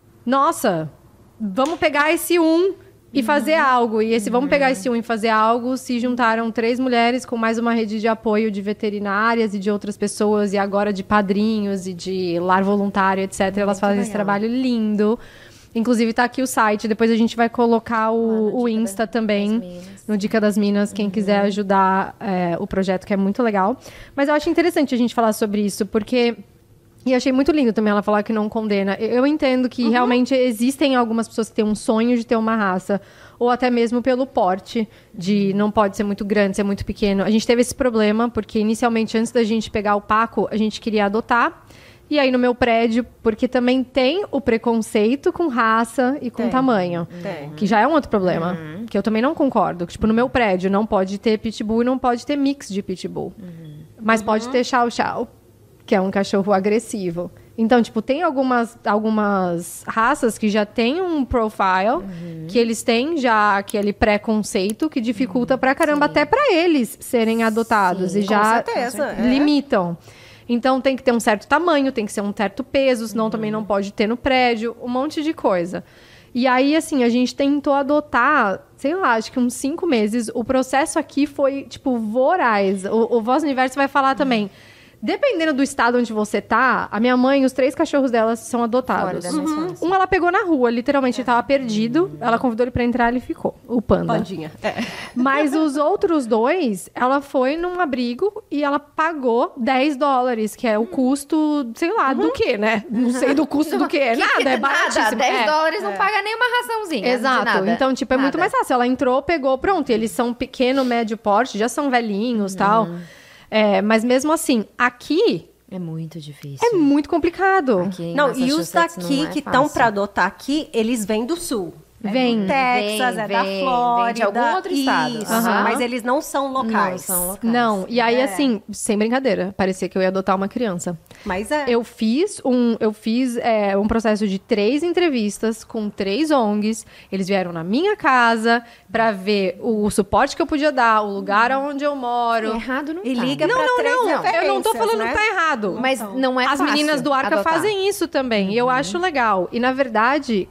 nossa, vamos pegar esse um e fazer algo. E esse vamos pegar esse um e fazer algo, se juntaram três mulheres com mais uma rede de apoio de veterinárias e de outras pessoas, e agora de padrinhos e de lar voluntário, etcétera. Elas fazem esse trabalho lindo. Inclusive, tá aqui o site. Depois a gente vai colocar o, o Insta também, no Dica das Minas, quem quiser ajudar é, o projeto, que é muito legal. Mas eu acho interessante a gente falar sobre isso, porque... E achei muito lindo também ela falar que não condena. Eu, eu entendo que realmente existem algumas pessoas que têm um sonho de ter uma raça, ou até mesmo pelo porte, de não pode ser muito grande, ser muito pequeno. A gente teve esse problema, porque inicialmente, antes da gente pegar o Paco, a gente queria adotar. E aí no meu prédio, porque também tem o preconceito com raça e com Tem. tamanho. Tem. Que já é um outro problema, que eu também não concordo. Que, tipo, no meu prédio não pode ter pitbull e não pode ter mix de pitbull. Mas pode ter chow chow, que é um cachorro agressivo. Então, tipo, tem algumas, algumas raças que já tem um profile, que eles têm já aquele preconceito que dificulta pra caramba até pra eles serem adotados. Sim, e com já certeza, é. limitam. Então, tem que ter um certo tamanho, tem que ser um certo peso, senão também não pode ter no prédio, um monte de coisa. E aí, assim, a gente tentou adotar, sei lá, acho que uns cinco meses. O processo aqui foi, tipo, voraz. O, o Voz Universo vai falar também. Dependendo do estado onde você tá, a minha mãe, os três cachorros dela são adotados. Flórida é mais fácil. Um ela pegou na rua, literalmente, ele tava perdido. Ela convidou ele pra entrar, ele ficou. O panda. Pandinha. É. Mas os outros dois, ela foi num abrigo e ela pagou dez dólares, que é o custo, sei lá, do quê, né? Não sei do custo do quê. Nada, é baratíssimo. Nada, dez É. dólares não paga nem uma raçãozinha. de Exato. nada. Então, tipo, é muito Nada. mais fácil. Ela entrou, pegou, pronto. E eles são pequeno, médio porte, já são velhinhos e tal. É, mas mesmo assim, aqui É muito difícil. é muito complicado. Aqui em Não, e os Massachusetts daqui não é que estão fácil. para adotar aqui, eles vêm do sul. É Vem. do Texas, Vem, é da vem, Flórida. vem de algum outro estado. Isso, Aham. mas eles não são locais. Não são locais. Não, e aí, É. assim, sem brincadeira, parecia que eu ia adotar uma criança. Mas é. Eu fiz um, eu fiz é, um processo de três entrevistas com três O N Gs. Eles vieram na minha casa pra ver o, o suporte que eu podia dar, o lugar onde eu moro. Errado não E tá. liga Não, pra não, três não. referências, Eu não tô falando né? que tá errado. Mas não é As fácil meninas do Arca adotar. fazem isso também. E eu acho legal. E, na verdade,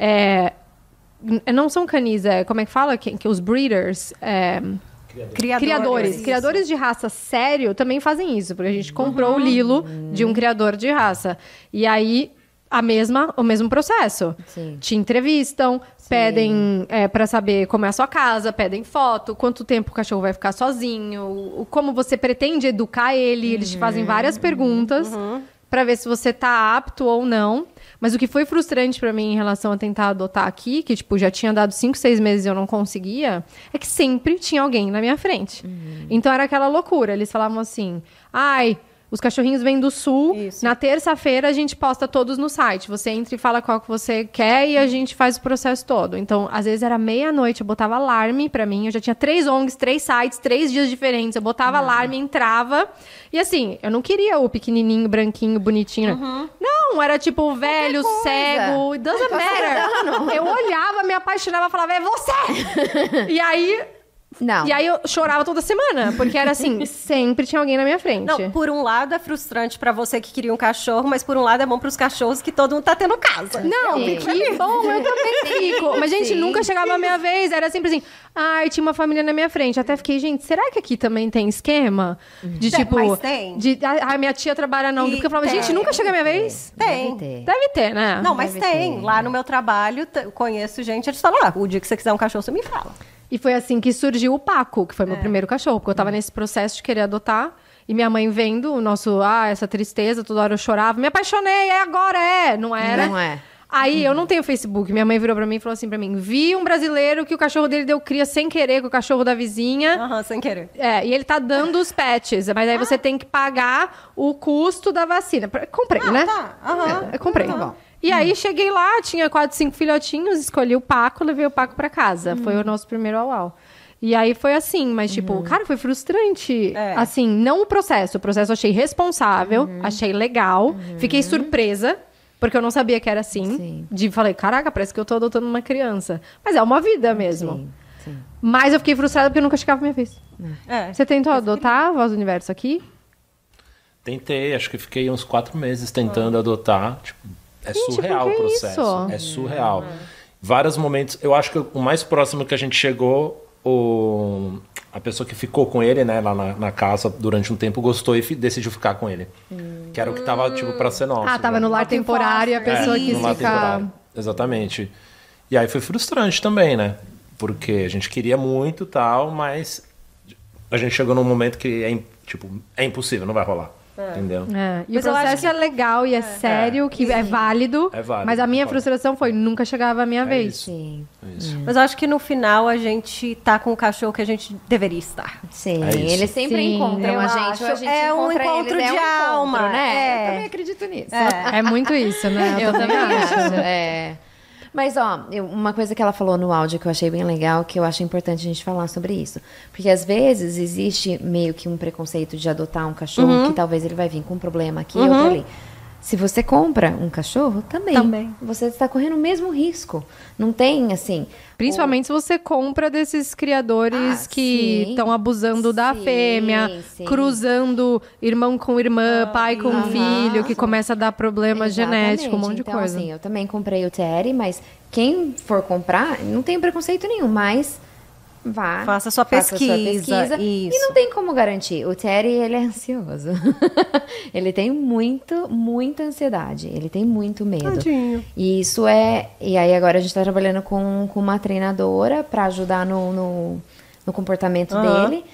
é, n- não são canis, é, como é que fala? Que, que os breeders... é, Criadores. criadores. Isso. Criadores de raça sério também fazem isso. Porque a gente comprou o Lilo de um criador de raça. E aí, a mesma, o mesmo processo. Sim. Te entrevistam, pedem é, para saber como é a sua casa, pedem foto, quanto tempo o cachorro vai ficar sozinho, o- como você pretende educar ele. Eles te fazem várias perguntas para ver se você tá apto ou não. Mas o que foi frustrante para mim em relação a tentar adotar aqui, que tipo já tinha dado cinco, seis meses e eu não conseguia, é que sempre tinha alguém na minha frente. Então era aquela loucura. Eles falavam assim: ai, Os cachorrinhos vêm do sul. Isso. Na terça-feira a gente posta todos no site. Você entra e fala qual que você quer e a gente faz o processo todo. Então, às vezes era meia-noite, eu botava alarme pra mim. Eu já tinha três O N Gs, três sites, três dias diferentes. Eu botava alarme, entrava. E assim, eu não queria o pequenininho, branquinho, bonitinho. né? Não, era tipo velho, coisa. cego. It doesn't matter. Eu olhava, me apaixonava, falava, é você! E aí... Não. E aí eu chorava toda semana, porque era assim, sempre tinha alguém na minha frente. Não, por um lado é frustrante pra você que queria um cachorro, mas por um lado é bom pros cachorros que todo mundo tá tendo casa. Não, Sim. que bom, eu também fico. Mas, gente, Sim. nunca chegava a minha vez. Era sempre assim, ai, tinha uma família na minha frente. Até fiquei, gente, será que aqui também tem esquema? De Tem, tipo... mas tem. De, ai, minha tia trabalha na O N G. E Porque eu falava, gente, tem. nunca chega a minha vez? Tem. Deve ter. Deve ter, né? Não, mas Deve tem. ter. Lá no meu trabalho, t- eu conheço gente, eles falam, ah, o dia que você quiser um cachorro, você me fala. E foi assim que surgiu o Paco, que foi É. meu primeiro cachorro. Porque eu tava nesse processo de querer adotar. E minha mãe vendo o nosso, ah, essa tristeza, toda hora eu chorava. Me apaixonei, é agora, é. Não era? Não é. Aí, eu não tenho Facebook. Minha mãe virou pra mim e falou assim pra mim, vi um brasileiro que o cachorro dele deu cria sem querer com o cachorro da vizinha. Aham, sem querer. É, e ele tá dando os pets. Mas aí você tem que pagar o custo da vacina. Comprei, né? Tá, aham. Eu comprei. Tá bom. E aí, cheguei lá, tinha quatro, cinco filhotinhos, escolhi o Paco, levei o Paco pra casa. Foi o nosso primeiro au-au. E aí foi assim, mas tipo, cara, foi frustrante. É. Assim, não o processo. O processo eu achei responsável, achei legal. Fiquei surpresa, porque eu não sabia que era assim. Sim. De falei, caraca, parece que eu tô adotando uma criança. Mas é uma vida mesmo. Sim, sim. Mas eu fiquei frustrada porque eu nunca chegava a minha vez. É. Você tentou adotar a Voz do Universo aqui? Tentei, acho que fiquei uns quatro meses tentando adotar. Tipo, é Gente, surreal por o que processo. isso? É surreal. Vários momentos. Eu acho que o mais próximo que a gente chegou, o, a pessoa que ficou com ele, né, lá na, na casa durante um tempo, gostou e fi- decidiu ficar com ele. Que era o que tava, tipo, pra ser nosso. Ah, tava já. no lar Walking temporário e a foster. pessoa É, quis no lar ficar... temporário. Exatamente. E aí foi frustrante também, né? Porque a gente queria muito e tal, mas a gente chegou num momento que é, im- tipo, é impossível, não vai rolar. Entendeu? É, e Mas o eu acho processo que- é legal e é, sério, que é válido, É válido, mas a minha concordo. frustração foi nunca chegava a minha É vez. isso. Sim. É isso. Mas eu acho que no final a gente tá com o cachorro que a gente deveria estar. Sim, É isso. eles sempre Sim, encontram eu a gente, acho. ou a gente É um encontra encontro eles, de é um alma, encontro, né? é. Eu também acredito nisso. É muito isso, né? Eu também acho. É. Mas, ó, eu- uma coisa que ela falou no áudio que eu achei bem legal, que eu acho importante a gente falar sobre isso. Porque, às vezes, existe meio que um preconceito de adotar um cachorro, que talvez ele vai vir com um problema aqui e outro ali. Se você compra um cachorro, também. Também. Você está correndo o mesmo risco. Não tem, assim... Principalmente se você compra desses criadores Ah, que sim. estão abusando da Sim, fêmea, sim. cruzando irmão com irmã, pai com aham. filho, que começa a dar problema Exatamente. genético, um monte de então, coisa. assim, eu também comprei o Teddy, mas quem for comprar, não tem preconceito nenhum, mas vá. Faça sua pesquisa, E isso. não tem como garantir. O Teddy, ele é ansioso. Ele tem muito, muita ansiedade. Ele tem muito medo. Tadinho. E isso é... E aí agora a gente tá trabalhando com, com uma treinadora para ajudar no, no, no comportamento Aham. dele.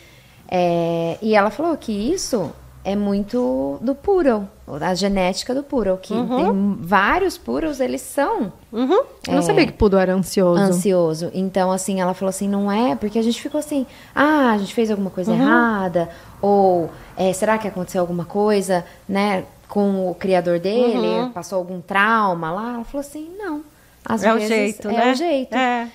É, e ela falou que isso é muito do poodle, a genética do poodle, que tem vários poodles, eles são Uhum. Eu não sabia que Poodle era ansioso. ansioso. Então, assim, ela falou assim, não é, porque a gente ficou assim, ah, a gente fez alguma coisa errada, ou é, será que aconteceu alguma coisa, né, com o criador dele, passou algum trauma lá? Ela falou assim, não. Às É o vezes jeito, é né? o jeito. É.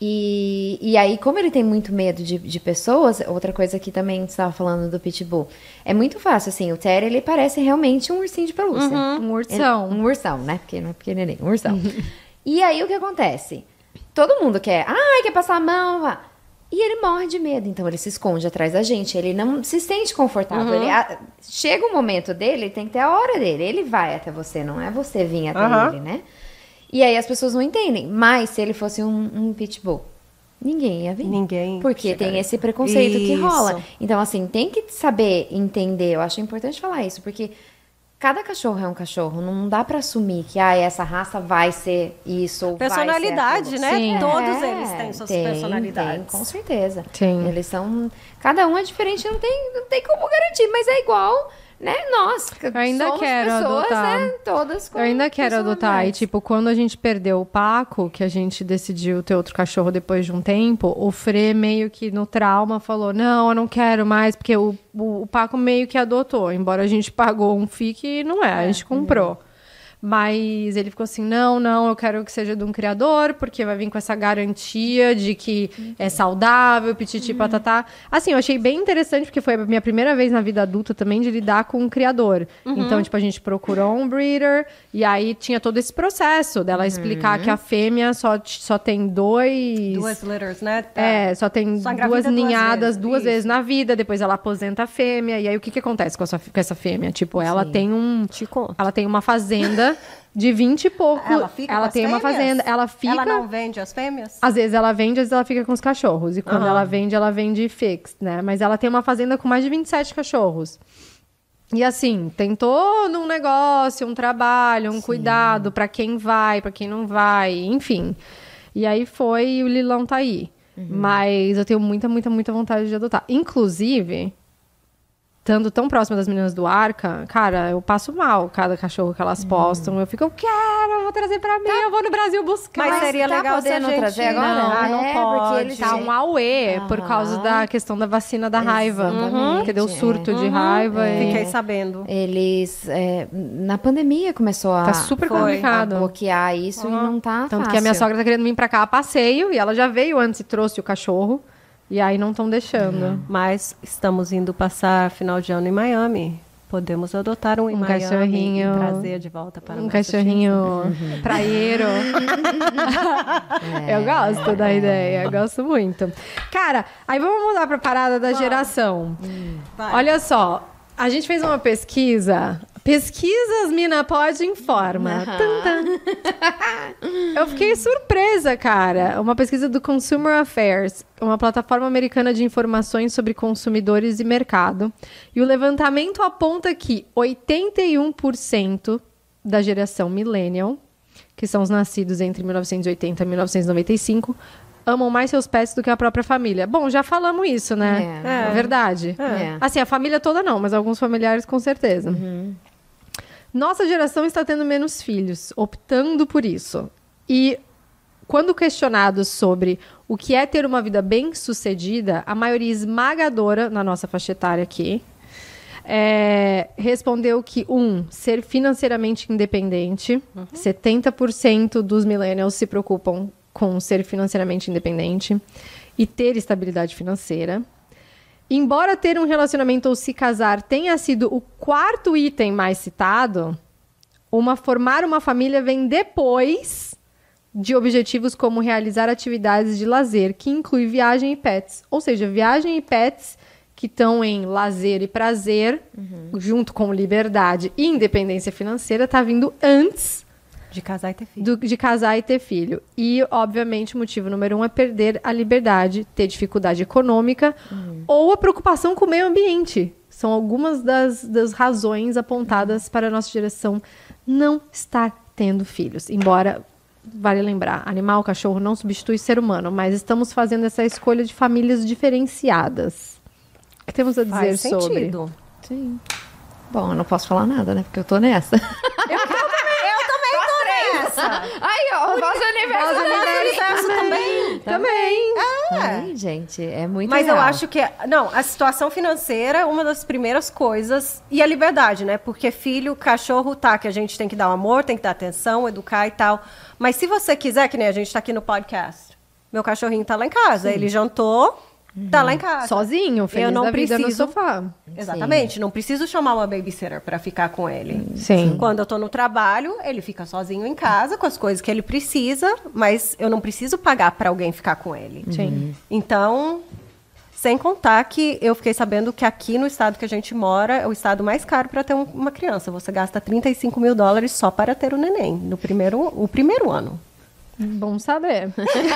E, e aí, como ele tem muito medo de, de pessoas, outra coisa que também você estava falando do Pitbull, é muito fácil, assim, o Terry, ele parece realmente um ursinho de pelúcia. Um ursão. Ele- um ursão, né? Porque não é pequenininho, um ursão. E aí, o que acontece? Todo mundo quer, ai, quer passar a mão, vá. E ele morre de medo, então ele se esconde atrás da gente, ele não se sente confortável. Ele, a- chega o momento dele, tem que ter a hora dele, ele vai até você, não é você vir até Aham. ele, né? E aí as pessoas não entendem. Mas se ele fosse um, um pitbull, ninguém ia vir. Ninguém Porque chegaria. tem esse preconceito que Isso. rola. Então, assim, tem que saber entender. Eu acho importante falar isso, porque cada cachorro é um cachorro. Não dá pra assumir que ah, essa raça vai ser isso ou Personalidade, vai ser né? aquilo. Todos É, eles têm suas tem, personalidades. tem, com certeza. Sim. Eles são... Cada um é diferente, não tem, não tem como garantir. Mas é igual né? Nós Eu ainda somos quero pessoas, adotar. né? Todas com Eu ainda quero adotar. E, personalidades. tipo, quando a gente perdeu o Paco, que a gente decidiu ter outro cachorro depois de um tempo, o Frê meio que no trauma falou, não, eu não quero mais, porque o, o, o Paco meio que adotou, embora a gente pagou um F I I C, não é, a gente comprou. Mas ele ficou assim, não, não, eu quero que seja de um criador, porque vai vir com essa garantia de que é saudável, pititi, patatá. Assim, eu achei bem interessante, porque foi a minha primeira vez na vida adulta também de lidar com um criador. Então, tipo, a gente procurou um breeder, e aí tinha todo esse processo dela explicar que a fêmea só, só tem dois... Duas litters, né? Tá. É, só tem Só engravida duas duas ninhadas vezes, duas isso. vezes na vida, depois ela aposenta a fêmea, e aí o que que acontece com essa, com essa fêmea? Tipo, ela tem um... Te conto. Ela tem uma fazenda de vinte e pouco. Ela fica ela com as tem uma fêmeas? fazenda. Ela fica. Ela não vende as fêmeas? Às vezes ela vende, às vezes ela fica com os cachorros. E quando Aham. ela vende, ela vende fixed, né? Mas ela tem uma fazenda com mais de vinte e sete cachorros. E assim, tem todo um negócio, um trabalho, um cuidado pra quem vai, pra quem não vai, enfim. E aí foi, e o Lilão tá aí. Mas eu tenho muita, muita, muita vontade de adotar. Inclusive, estando tão próxima das meninas do Arca, cara, eu passo mal cada cachorro que elas postam. Eu fico, eu quero, eu vou trazer pra mim, eu vou no Brasil buscar. Mas seria tá legal se a podendo gente... trazer agora? Não, ah, não É, pode. porque eles Tá um auê por causa da questão da vacina da raiva. Exatamente, Porque deu surto é. de raiva. E Fiquei sabendo. Eles, é, na pandemia começou a, tá super Foi. a complicado. bloquear isso e não tá Tanto fácil. que a minha sogra tá querendo vir pra cá a passeio. E ela já veio antes e trouxe o cachorro. E aí não estão deixando. Mas estamos indo passar final de ano em Miami. Podemos adotar um em Um Miami cachorrinho. e trazer de volta para Um Massachusetts. cachorrinho praieiro. Eu gosto da ideia, eu gosto muito. Cara, aí vamos mudar pra parada da geração. Vai. Olha só, a gente fez uma pesquisa. Pesquisas Mina Pode informa. Tum, tum. Eu fiquei surpresa, cara. Uma pesquisa do Consumer Affairs, uma plataforma americana de informações sobre consumidores e mercado. E o levantamento aponta que oitenta e um por cento da geração millennial, que são os nascidos entre mil novecentos e oitenta e mil novecentos e noventa e cinco, amam mais seus pets do que a própria família. Bom, já falamos isso, né? É. É verdade. É. Assim, a família toda não, mas alguns familiares com certeza. Nossa geração está tendo menos filhos, optando por isso. E quando questionados sobre o que é ter uma vida bem-sucedida, a maioria esmagadora na nossa faixa etária aqui é, respondeu que, um, ser financeiramente independente. setenta por cento dos millennials se preocupam com ser financeiramente independente e ter estabilidade financeira. Embora ter um relacionamento ou se casar tenha sido o quarto item mais citado, uma formar uma família vem depois de objetivos como realizar atividades de lazer, que inclui viagem e pets. Ou seja, viagem e pets que estão em lazer e prazer, junto com liberdade e independência financeira, está vindo antes De casar e ter filho. do- de casar e ter filho. E, obviamente, o motivo número um é perder a liberdade, ter dificuldade econômica ou a preocupação com o meio ambiente. São algumas das, das razões apontadas para a nossa geração não estar tendo filhos. Embora, vale lembrar, animal, cachorro não substitui ser humano, mas estamos fazendo essa escolha de famílias diferenciadas. O que temos a dizer Faz sobre? sentido. Sim. Bom, eu não posso falar nada, né? Porque eu tô nessa. Eu também tô nessa. Aí, ó, o vosso universo também. Também. Ai, gente, é muito Mas eu real. acho que, não, a situação financeira é uma das primeiras coisas. E a liberdade, né? Porque filho, cachorro, tá, que a gente tem que dar o amor, tem que dar atenção, educar e tal. Mas se você quiser, que nem a gente tá aqui no podcast, meu cachorrinho tá lá em casa, ele jantou, tá lá em casa. Sozinho, feliz Eu não da vida no preciso- sofá. Exatamente, não preciso chamar uma babysitter pra ficar com ele. Sim. Quando eu tô no trabalho, ele fica sozinho em casa com as coisas que ele precisa, mas eu não preciso pagar pra alguém ficar com ele. Sim. Então, sem contar que eu fiquei sabendo que aqui no estado que a gente mora é o estado mais caro para ter um- uma criança. Você gasta trinta e cinco mil dólares só para ter o neném no primeiro, o primeiro ano. Bom saber.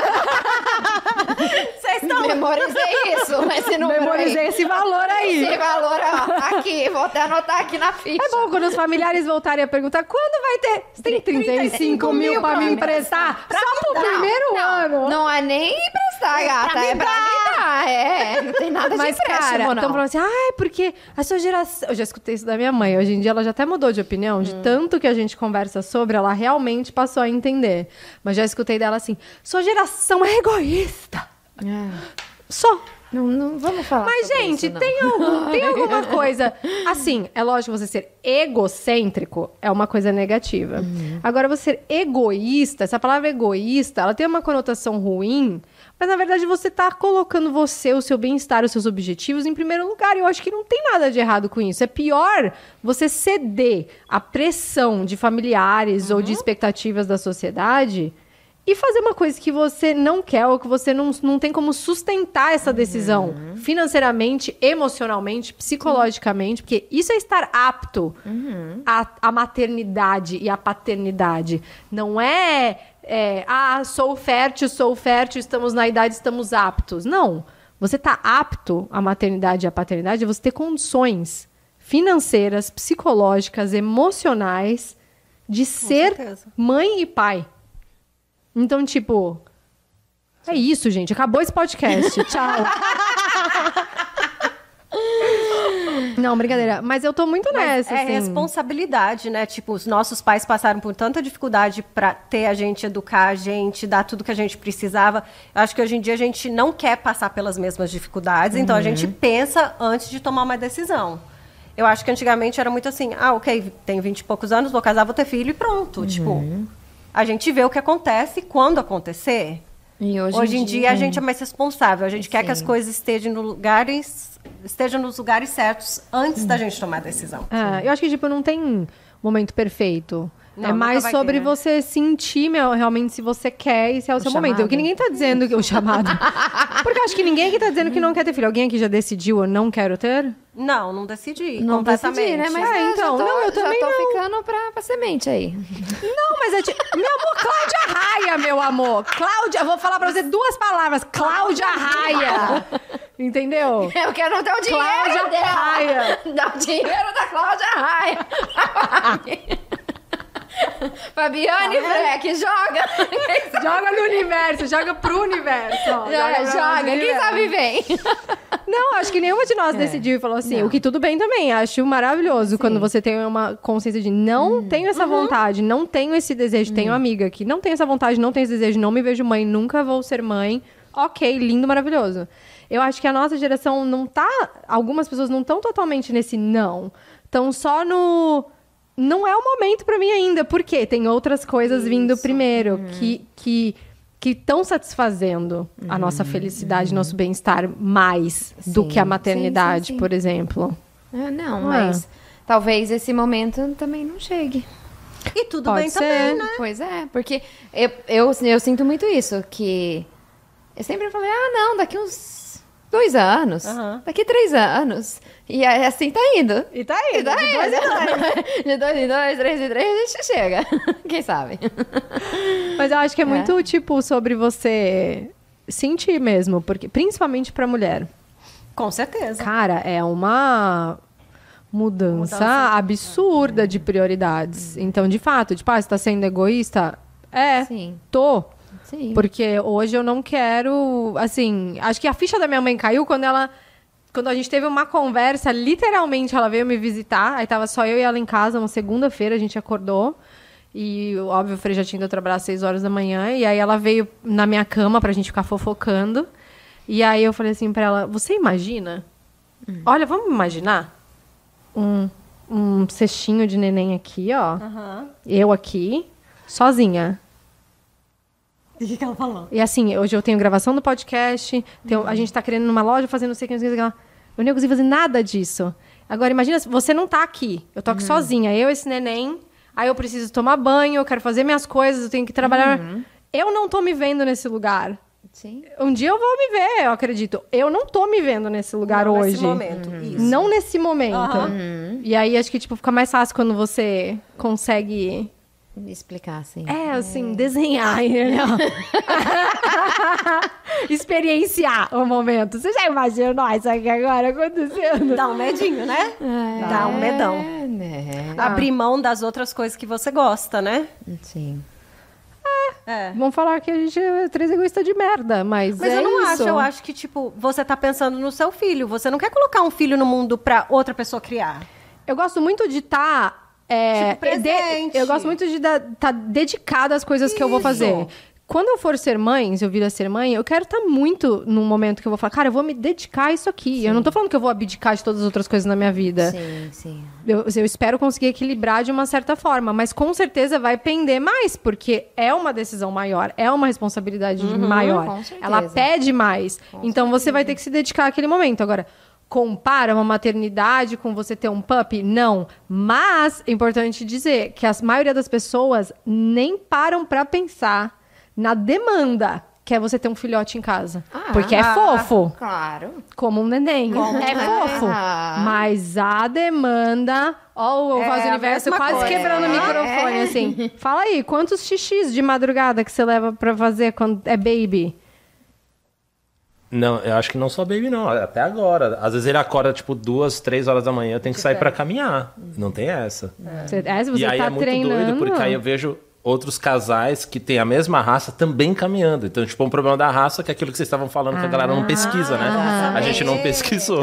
Vocês estão... Memorizei isso, esse número Memorizei aí. esse valor aí. Esse valor, ó, aqui, vou até anotar aqui na ficha. É bom quando os familiares voltarem a perguntar quando vai ter? Você tem trinta e cinco mil pra me emprestar? Só pro Não, primeiro não, ano. Não é nem emprestar, gata, é pra me Ah, é. Não tem nada de Mas, empréstimo, cara, não. estão falando assim, ai, porque a sua geração... Eu já escutei isso da minha mãe. Hoje em dia ela já até mudou de opinião. De tanto que a gente conversa sobre, ela realmente passou a entender. Mas já escutei dela assim, sua geração é egoísta. Ah, Só. não, não vamos falar Mas, sobre gente, isso, não. tem, algum, tem alguma coisa... Assim, é lógico, você ser egocêntrico é uma coisa negativa. Agora, você ser egoísta, essa palavra egoísta, ela tem uma conotação ruim, mas, na verdade, você está colocando você, o seu bem-estar, os seus objetivos em primeiro lugar. E eu acho que não tem nada de errado com isso. É pior você ceder à pressão de familiares ou de expectativas da sociedade... E fazer uma coisa que você não quer ou que você não, não tem como sustentar essa decisão uhum. financeiramente, emocionalmente, psicologicamente, porque isso é estar apto uhum. à, à maternidade e à paternidade. Não é, é, ah, sou fértil, sou fértil, estamos na idade, estamos aptos. Não. Você está apto à maternidade e à paternidade, você ter condições financeiras, psicológicas, emocionais de Com ser certeza. Mãe e pai. Então, tipo, é isso, gente. Acabou esse podcast. Tchau. Não, brincadeira. Mas eu tô muito Mas nessa, é assim. responsabilidade, né? Tipo, os nossos pais passaram por tanta dificuldade pra ter a gente, educar a gente, dar tudo que a gente precisava. Eu acho que hoje em dia a gente não quer passar pelas mesmas dificuldades, uhum. então a gente pensa antes de tomar uma decisão. Eu acho que antigamente era muito assim, ah, ok, tenho vinte e poucos anos, vou casar, vou ter filho e pronto. Uhum. Tipo... A gente vê o que acontece quando acontecer. E hoje, hoje em dia, dia, a gente é mais responsável. A gente Sim. quer que as coisas estejam, no lugares, estejam nos lugares certos antes hum. da gente tomar a decisão. É, eu acho que tipo, não tem momento perfeito. Não, é mais sobre ter, né? você sentir meu, realmente se você quer e se é o, o seu chamado. momento. O que ninguém tá dizendo que o chamado. Porque eu acho que ninguém aqui tá dizendo que não quer ter filho. Alguém aqui já decidiu ou não quero ter? Não, não decidi. Não completamente. decidi, né? Mas é, é, então, já tô, não, eu já também tô não. ficando pra, pra semente aí. Não, mas é tipo... Meu amor, Cláudia Raia, meu amor. Cláudia, eu vou falar pra você duas palavras. Cláudia Raia. Entendeu? Eu quero não ter o dinheiro Cláudia dela. Raia. Dá o dinheiro da Cláudia Raia. Fabiane ah, Freck, joga! Joga no universo, joga pro universo. Ó, joga, joga, joga. Quem sabe vem. Não, acho que nenhuma de nós é. decidiu e falou assim, não. O que tudo bem também. Acho maravilhoso Sim. quando você tem uma consciência de não hum. tenho essa uhum. vontade, não tenho esse desejo. Hum. Tenho amiga que não tem essa vontade, não tem esse desejo, não me vejo mãe, nunca vou ser mãe. Ok, lindo, maravilhoso. Eu acho que a nossa geração não tá... Algumas pessoas não estão totalmente nesse não. Estão só no... Não é o momento pra mim ainda, porque tem outras coisas Isso. vindo primeiro uhum. que que que estão satisfazendo uhum. a nossa felicidade, uhum. nosso bem-estar mais sim. do que a maternidade, sim, sim, sim. por exemplo. Ah, não, ah. mas talvez esse momento também não chegue. E tudo Pode bem ser. também, né? Pois é, porque eu, eu, eu sinto muito isso, que eu sempre falei, ah, não, daqui uns dois anos, uhum. daqui três anos. E assim tá indo. E tá indo, e tá de indo. dois em dois. De dois em dois, três em três, a gente chega. Quem sabe? Mas eu acho que é muito, é. tipo, sobre você sentir mesmo, porque principalmente pra mulher. Com certeza. Cara, é uma mudança, mudança. absurda de prioridades. Então, de fato, tipo, ah, você tá sendo egoísta? É, Sim. tô. Sim. Porque hoje eu não quero, assim, acho que a ficha da minha mãe caiu quando ela, quando a gente teve uma conversa, literalmente ela veio me visitar, aí tava só eu e ela em casa, uma segunda-feira a gente acordou, e óbvio o Frei já tinha ido trabalhar às seis horas da manhã, e aí ela veio na minha cama pra gente ficar fofocando, e aí eu falei assim pra ela, você imagina? Hum. Olha, vamos imaginar um, um cestinho de neném aqui, ó, uhum. eu aqui, sozinha. O que, que ela falou? E assim, hoje eu tenho gravação do podcast, tenho, uhum. a gente tá querendo numa loja fazendo não sei o que, não sei o que. Eu não consigo fazer nada disso. Agora, imagina, você não tá aqui. Eu tô aqui uhum. sozinha, eu, esse neném. Aí eu preciso tomar banho, eu quero fazer minhas coisas, eu tenho que trabalhar. Uhum. Eu não tô me vendo nesse lugar. Sim. Um dia eu vou me ver, eu acredito. Eu não tô me vendo nesse lugar não hoje. Nesse momento, uhum. isso. Não nesse momento. Uhum. E aí, acho que tipo, fica mais fácil quando você consegue... explicar, assim. É, assim, é. desenhar, entendeu? Experienciar o momento. Você já imaginou isso aqui agora acontecendo? Dá um medinho, né? É, Dá um medão. Né? Abrir mão das outras coisas que você gosta, né? Sim. É, É. Vão falar que a gente é três egoístas de merda, mas Mas é eu não isso. acho, eu acho que, tipo, você tá pensando no seu filho. Você não quer colocar um filho no mundo pra outra pessoa criar. Eu gosto muito de estar... é, Tipo, presente. de- eu gosto muito de estar tá dedicada às coisas que eu vou Isso. fazer. Quando eu for ser mãe, se eu vir a ser mãe, eu quero estar muito num momento que eu vou falar, cara, eu vou me dedicar a isso aqui. Eu não tô falando que eu vou abdicar de todas as outras coisas na minha vida. Sim, sim. Eu, eu espero conseguir equilibrar de uma certa forma, mas com certeza vai pender mais, porque é uma decisão maior, é uma responsabilidade maior. com certeza. Ela pede mais. então você vai ter que se dedicar àquele momento. Agora, compara uma maternidade com você ter um puppy? Não. Mas é importante dizer que a maioria das pessoas nem param pra pensar na demanda que é você ter um filhote em casa. Ah, porque é ah, fofo. Claro. Como um neném. é fofo. Ah. Mas a demanda... Ó, o É Voz a Universo mesma quase coisa. quebrando o microfone, É. assim. Fala aí, quantos xixis de madrugada que você leva pra fazer quando é baby? Não, eu acho que não só baby, não. Até agora. Às vezes ele acorda, tipo, duas, três horas da manhã, eu tenho que sair pra caminhar. Não tem essa. Você, é, se você e aí tá é muito treinando... doido, porque aí eu vejo outros casais que têm a mesma raça também caminhando. Então, tipo, um problema da raça que é aquilo que vocês estavam falando, que a galera não pesquisa, né? A gente não pesquisou.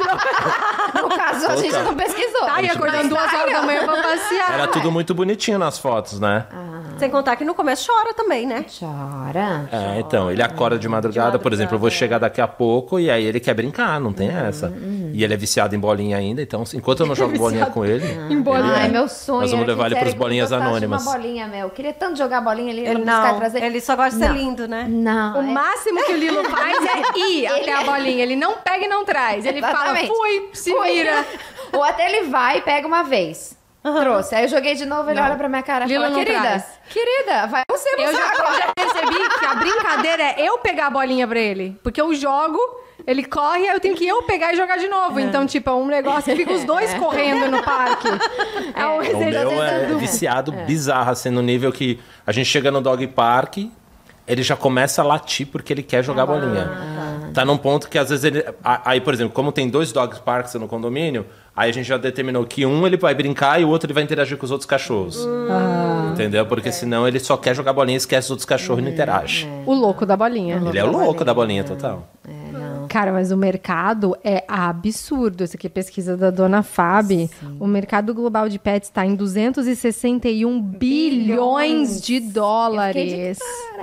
No caso, a gente Total. não pesquisou. Tá aí acordando duas horas da manhã pra passear. Era tudo muito bonitinho nas fotos, né? Sem contar que no começo chora também, né? Chora. É, então, ele acorda de madrugada, por exemplo, eu vou chegar daqui a pouco e aí ele quer brincar, não tem essa. E ele é viciado em bolinha ainda, então enquanto eu não jogo bolinha com ele, Em bolinha. Ai, meu sonho. Nós vamos era que levar ele o pros Sérgio bolinhas gostasse de anônimas. Uma bolinha, meu. Eu queria tanto jogar bolinha ali, Ele buscar e não, trazer. ele só gosta de ser Não. lindo, né? Não. O é- máximo que o Lilo faz é ir até a bolinha. Ele não pega e não traz. Ele Exatamente. fala, fui, se Fui. vira. Ou até ele vai e pega uma vez. Trouxe. Aí eu joguei de novo, ele olha pra minha cara e Lilo fala, não querida, traz. querida, vai você Eu já, buscar eu agora. já percebi que a brincadeira é eu pegar a bolinha pra ele. Porque eu jogo, ele corre, aí eu tenho que eu pegar e jogar de novo. Então, tipo, é um negócio que fica os dois correndo no parque. É um o exercício. meu é do- viciado bizarro, assim, no nível que a gente chega no dog park, ele já começa a latir porque ele quer jogar bolinha. Tá num ponto que às vezes ele... a- Aí, por exemplo, como tem dois dog parks no condomínio, aí a gente já determinou que um ele vai brincar e o outro ele vai interagir com os outros cachorros. Entendeu? Porque senão ele só quer jogar bolinha, esquece os outros cachorros e não interage. O louco da bolinha. Ele é o louco da bolinha, total. Cara, mas o mercado é absurdo. Isso aqui é pesquisa da dona Fábio. O mercado global de pets está em duzentos e sessenta e um bilhões de dólares.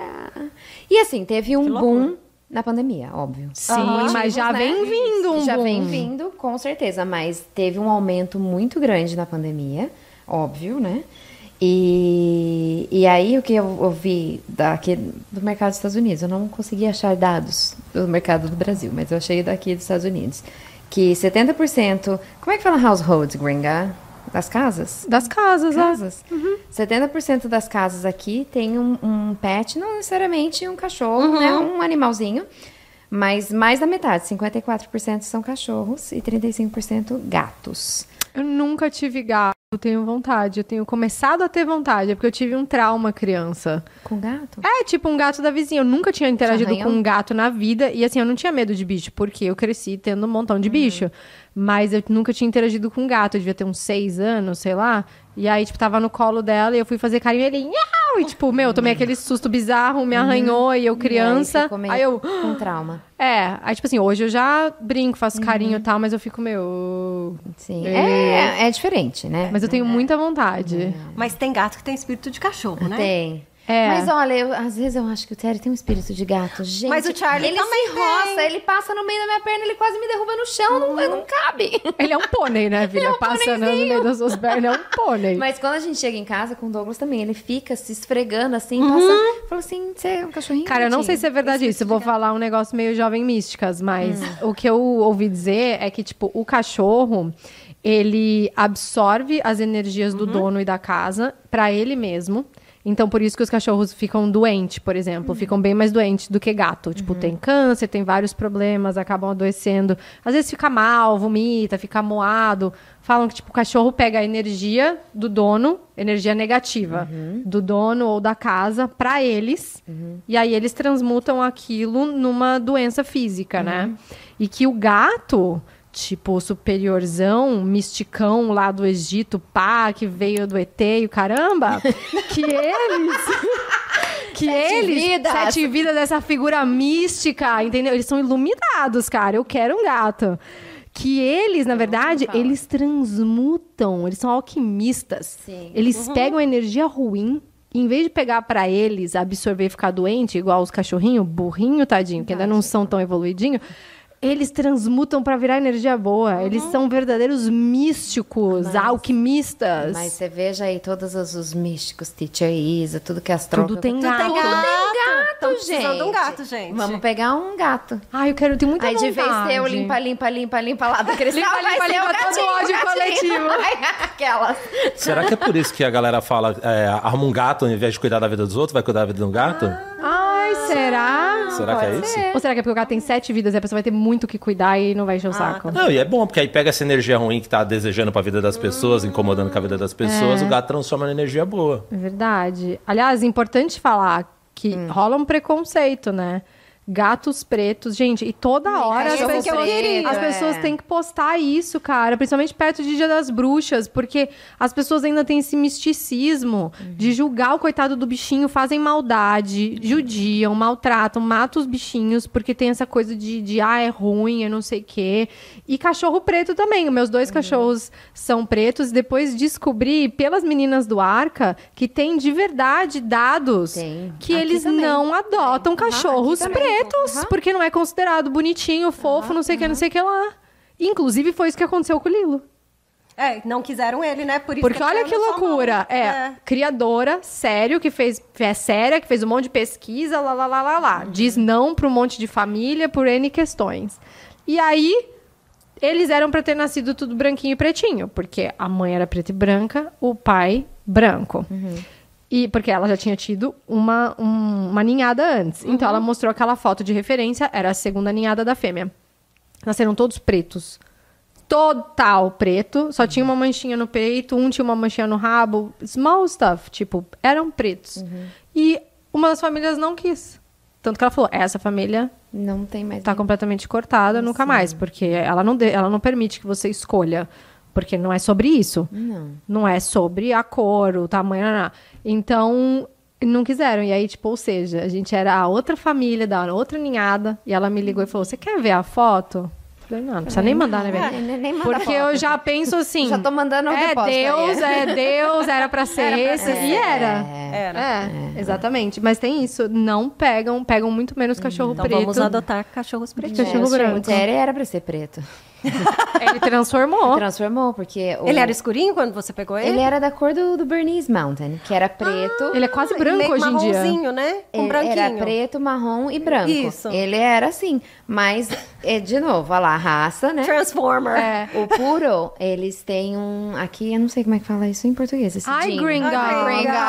E assim, teve um boom na pandemia, óbvio. Sim, Motivos, mas já né? vem vindo um Já boom. vem vindo, com certeza. Mas teve um aumento muito grande na pandemia, óbvio, né? E, e aí, o que eu ouvi daqui do mercado dos Estados Unidos, eu não consegui achar dados do mercado do Brasil, mas eu achei daqui dos Estados Unidos, que setenta por cento... Como é que fala households, gringa? Das casas? Das casas, né? Casas. setenta por cento das casas aqui tem um, um pet, não necessariamente um cachorro, né? Um animalzinho. Mas mais da metade, cinquenta e quatro por cento são cachorros e trinta e cinco por cento gatos. Eu nunca tive gato, eu tenho vontade. Eu tenho começado a ter vontade, é porque eu tive um trauma criança. Com gato? É, tipo um gato da vizinha. Eu nunca tinha interagido arranhou? com um gato na vida. E assim, eu não tinha medo de bicho, porque eu cresci tendo um montão de bicho. Mas eu nunca tinha interagido com um gato. Eu devia ter uns seis anos, sei lá. E aí, tipo, tava no colo dela e eu fui fazer carinho e ele... Nhau! E tipo, meu, eu tomei aquele susto bizarro, me arranhou e eu criança. E aí, ficou meio aí eu... com trauma. É, aí tipo assim, hoje eu já brinco, faço carinho e tal, mas eu fico, meu... Sim. É. É, é diferente, né? Mas eu tenho muita vontade. Mas tem gato que tem espírito de cachorro, né? Tem. É. Mas olha, eu- às vezes eu acho que o Terry tem um espírito de gato. Gente, Mas o Charlie ele também se roça, ele passa no meio da minha perna, ele quase me derruba no chão, não, não cabe. Ele é um pônei, né, filha? Ele é um Passando no pôneizinho. meio das suas pernas, é um pônei. Mas quando a gente chega em casa com o Douglas também, ele fica se esfregando assim, passando. Falou assim: você é um cachorrinho? Cara, eu não sei se é verdade isso. Eu vou falar um negócio meio jovem místicas, mas o que eu ouvi dizer é que, tipo, o cachorro, ele absorve as energias do dono e da casa pra ele mesmo. Então, por isso que os cachorros ficam doentes, por exemplo. Ficam bem mais doentes do que gato. Tipo, tem câncer, tem vários problemas, acabam adoecendo. Às vezes fica mal, vomita, fica moado. Falam que, tipo, o cachorro pega a energia do dono, energia negativa, do dono ou da casa, pra eles. E aí eles transmutam aquilo numa doença física, né? E que o gato... Tipo, superiorzão, misticão lá do Egito, pá, que veio do E T e o caramba, que eles... Que Sete eles, vidas. sete vidas dessa figura mística, entendeu? Eles são iluminados, cara. Eu quero um gato. Que eles, na verdade, eles transmutam, eles são alquimistas. Sim. Eles pegam a energia ruim, e em vez de pegar pra eles, absorver e ficar doente, igual os cachorrinhos, burrinho, tadinho, que ainda não são tão evoluidinhos, eles transmutam pra virar energia boa. Eles são verdadeiros místicos, Mas- alquimistas. Mas você veja aí todos os, os místicos, Teacher Isa, tudo que as trocas... Tudo tem Tudo gato. tem Tudo gato. tem gato, Tão precisando gente. de um gato, gente. Vamos pegar um gato. Ai, eu quero ter muita Aí de vontade. vez ter o limpa, limpa, limpa, limpa lá do cristal, Limpa, vai limpa, ser o limpa, todo gatinho, ódio o gatinho. coletivo. Aquelas. Será que é por isso que a galera fala, é, arruma um gato ao invés de cuidar da vida dos outros, vai cuidar da vida de um gato? Ai, será? Será que é isso? Ou será que é porque o gato tem sete vidas e a pessoa vai ter muito o que cuidar e não vai encher o saco? Não, e é bom, porque aí pega essa energia ruim que tá desejando pra vida das pessoas, incomodando com a vida das pessoas, o gato transforma em energia boa. É verdade. Aliás, é importante falar que rola um preconceito, né? Gatos pretos, gente, e toda hora as cachorro pessoas, preto, as é. pessoas têm que postar isso, cara, principalmente perto de Dia das Bruxas, porque as pessoas ainda têm esse misticismo de julgar o coitado do bichinho, fazem maldade, judiam, maltratam, matam os bichinhos, porque tem essa coisa de, de ah, é ruim, é não sei o quê. E cachorro preto também, meus dois cachorros são pretos, e depois descobri pelas meninas do Arca que tem de verdade dados Tem. que Aqui eles também. não adotam Tem. Aham, cachorros aqui também. pretos, Aham. porque não é considerado bonitinho, fofo, não sei o que, não sei o que lá. Inclusive, foi isso que aconteceu com o Lilo. É, não quiseram ele, né? Por isso Porque que olha caiu que na sua loucura. mão. É, criadora, sério, que fez, é séria, que fez um monte de pesquisa, lá, lá, lá, lá, lá. Diz não para um monte de família por N questões. E aí, eles eram para ter nascido tudo branquinho e pretinho, porque a mãe era preta e branca, o pai branco. E porque ela já tinha tido uma, um- uma ninhada antes. Então, ela mostrou aquela foto de referência, era a segunda ninhada da fêmea. Nasceram todos pretos. Total preto. Só tinha uma manchinha no peito, um tinha uma manchinha no rabo. Small stuff, tipo, eram pretos. E uma das famílias não quis. Tanto que ela falou, essa família Não tem mais... tá completamente cortada, nunca mais. Porque ela não, de- ela não permite que você escolha. Porque não é sobre isso. Não. Não é sobre a cor, o tamanho, não, não. Então, não quiseram. E aí, tipo, ou seja, a gente era a outra família da outra ninhada. E ela me ligou e falou, você quer ver a foto? Eu falei, não, não precisa nem mandar, né, É, velho? nem- nem manda Porque foto. eu já penso assim... Já tô mandando o É depósito aí. Deus, é Deus, era pra ser Era pra esse. ser. E era. Era. É, exatamente. Mas tem isso, não pegam, pegam muito menos cachorro Então preto. vamos adotar cachorros pretos. Cachorro É, o branco. O Terry era pra ser preto. Ele transformou. Transformou, porque... o- Ele era escurinho quando você pegou ele? Ele era da cor do, do Bernese Mountain, que era preto. Ele é quase Ah, branco meio hoje em dia. marronzinho, né? Com Ele branquinho. Era preto, marrom e branco. Isso. Ele era assim. Mas, é, de novo, olha lá, a raça, né? Transformer. É. O puro, eles têm um... Aqui, eu não sei como é que fala isso em português. Esse Ai, gene. Gringa. Ai,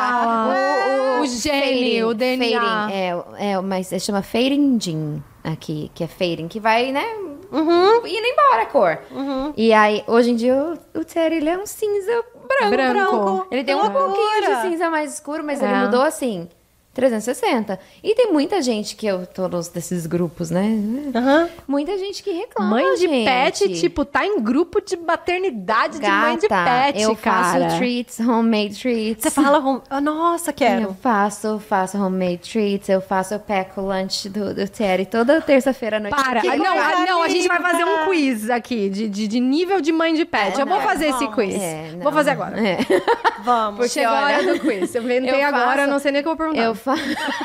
Gringa. O gene, o D N A. Fading, é, é, mas se chama fading gene aqui, que é fading, que vai, né, Uhum. indo embora a cor. E aí, hoje em dia, o, o Terry, ele é um cinza branco. Branco. Ele tem um Loucura. pouquinho de cinza mais escuro, mas É. ele mudou assim, trezentos e sessenta. E tem muita gente que eu tô nos desses grupos, né? Aham. Muita gente que reclama, Mãe de gente. pet, tipo, tá em grupo de maternidade de mãe de Gata, pet, eu cara. faço treats, homemade treats. Você fala... home- Ah, nossa, Eu quero. faço, faço homemade treats, eu faço, eu peco o lanche do, do Terry toda terça-feira à noite. Para. Que Ah, não, coisa ah, não, a gente vai linda. fazer um quiz aqui de, de, de nível de mãe de pet. Eu vou fazer esse quiz. É, não. Vou fazer agora. É. Vamos. Porque, Chegou a olha, hora do quiz. Eu inventei eu agora, faço- não sei nem o que eu vou perguntar. Eu, fa...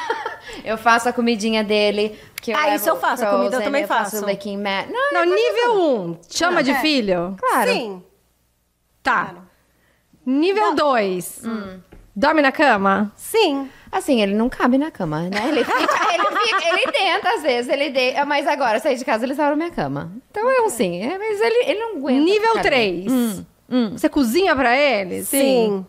eu faço a comidinha dele. Que Ah, levo isso eu faço, a comida eu frozen, também eu faço. faço. licking mat. Não, Não, eu faço nível tudo. um. Chama de é. filho? Claro. Sim. Tá. Nível dois. Dorme na cama? Sim. Assim, ele não cabe na cama, né? Ele, fica, ele, fica- ele tenta, às vezes, ele deita. Mas agora, sair de casa, ele estava na minha cama. Então é um sim. É, mas ele, ele não aguenta. Nível ficar ali. três. Você cozinha pra eles? Sim.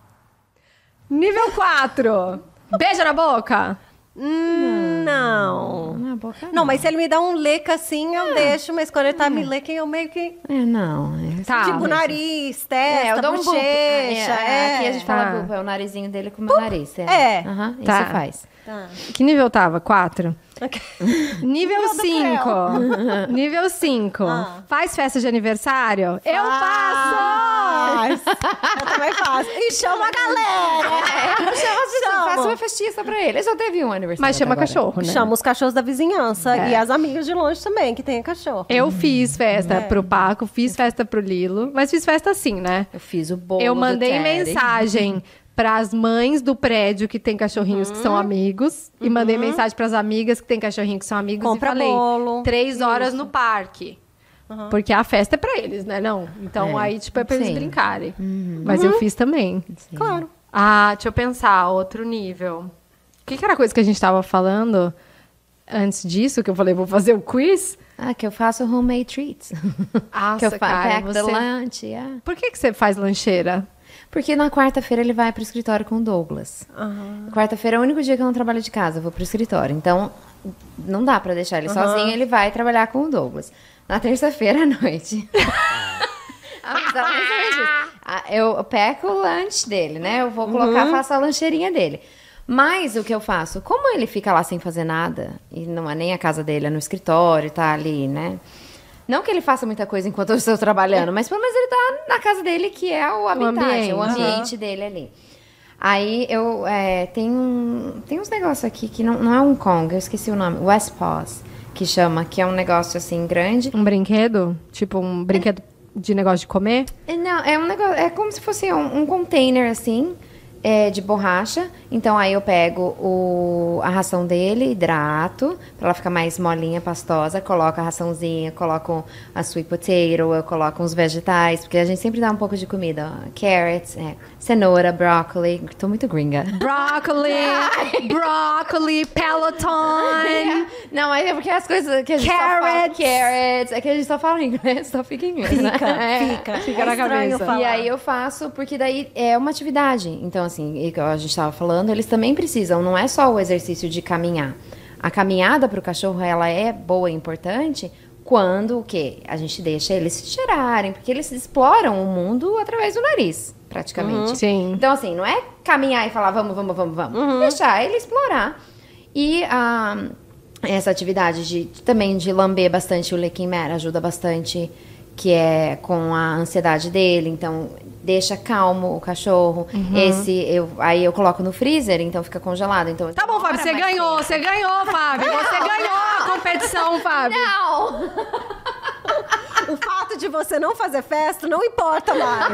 Nível quatro. Beija na boca? Hum, não. Na boca Não, mas se ele me dá um leca assim, eu deixo. Mas quando ele tá me lecando, eu meio que... É, não. É, Tá. tipo, nariz, testa, É, eu dou um bupo. bochecha. É, É, aqui a gente Tá. fala bupo, é o narizinho dele com o meu nariz. É. É. Aham, isso Tá. faz. Tá. Que nível tava? Quatro. Nível do cinco. Nível cinco. Ah. Faz festa de aniversário? Eu faço! Eu também faço. E chama a galera. É, chama, Chama. faça uma festinha só pra ele. Ele só teve um aniversário. Mas chama agora. cachorro, né? Chama os cachorros da vizinhança É. e as amigas de longe também, que tem cachorro. Eu fiz festa É. pro Paco, fiz festa pro Lilo, mas fiz festa assim, né? Eu fiz o bolo Eu do mandei Teddy. mensagem pras mães do prédio que tem cachorrinhos que são amigos. E mandei mensagem pras amigas que tem cachorrinho que são amigos. Compra e falei, bolo. três horas no parque. Porque a festa é pra eles, né? Não. Então É. aí, tipo, é pra eles Sim. brincarem. Mas eu fiz também. Claro. Ah, deixa eu pensar, outro nível. O que, que era a coisa que a gente tava falando antes disso? Que eu falei, vou fazer o quiz? Ah, que eu faço homemade treats. Nossa, que eu fa- cara, pack você... the lunch, yeah. Por que, que você faz lancheira? Porque na quarta-feira ele vai pro escritório com o Douglas. Quarta-feira é o único dia que eu não trabalho de casa, eu vou pro escritório. Então, não dá pra deixar ele sozinho, ele vai trabalhar com o Douglas. Na terça-feira à noite. Ah, mas ela nem sabe disso. Ah, eu peco o lanche dele, né? Eu vou colocar, faço a lancheirinha dele. Mas o que eu faço? Como ele fica lá sem fazer nada, e não é nem a casa dele, é no escritório, tá ali, né? Não que ele faça muita coisa enquanto eu estou trabalhando, mas pelo menos ele tá na casa dele, que é o habitat, ambiente. o ambiente dele ali. Aí eu é, tem, um, tem uns negócios aqui que não, não é um Kong, eu esqueci o nome, West Paws, que chama, que é um negócio assim grande. Um brinquedo? Tipo, um brinquedo de negócio de comer? É, Não, é um negócio, é como se fosse um, um container assim, é, de borracha. Então aí eu pego o, a ração dele, hidrato, pra ela ficar mais molinha, pastosa, coloco a raçãozinha, coloco a sweet potato, eu coloco uns vegetais, porque a gente sempre dá um pouco de comida, ó, carrots, é, cenoura, brócolis, tô muito gringa. Broccoli, broccoli, Peloton. Não, mas é porque as coisas que a gente só fala, Carrots. carrots, é que a gente só fala inglês, só fica em inglês, né? Fica, É. fica. Fica É na estranho cabeça. falar. E aí eu faço, porque daí é uma atividade. Então, assim, igual a gente estava falando, eles também precisam, não é só o exercício de caminhar. A caminhada para o cachorro, ela é boa e importante quando o quê? A gente deixa eles se cheirarem, porque eles exploram o mundo através do nariz, praticamente. Sim. Então, assim, não é caminhar e falar vamos, vamos, vamos, vamos. Deixar ele explorar. E ah, essa atividade de, também de lamber bastante o licking mat ajuda bastante, que é com a ansiedade dele, então deixa calmo o cachorro. Esse eu aí eu coloco no freezer, então fica congelado. Então Tá bom, Fábio, você ganhou, você ganhou, Fábio. Você ganhou a competição, Fábio. Não! O fato de você não fazer festa não importa mais.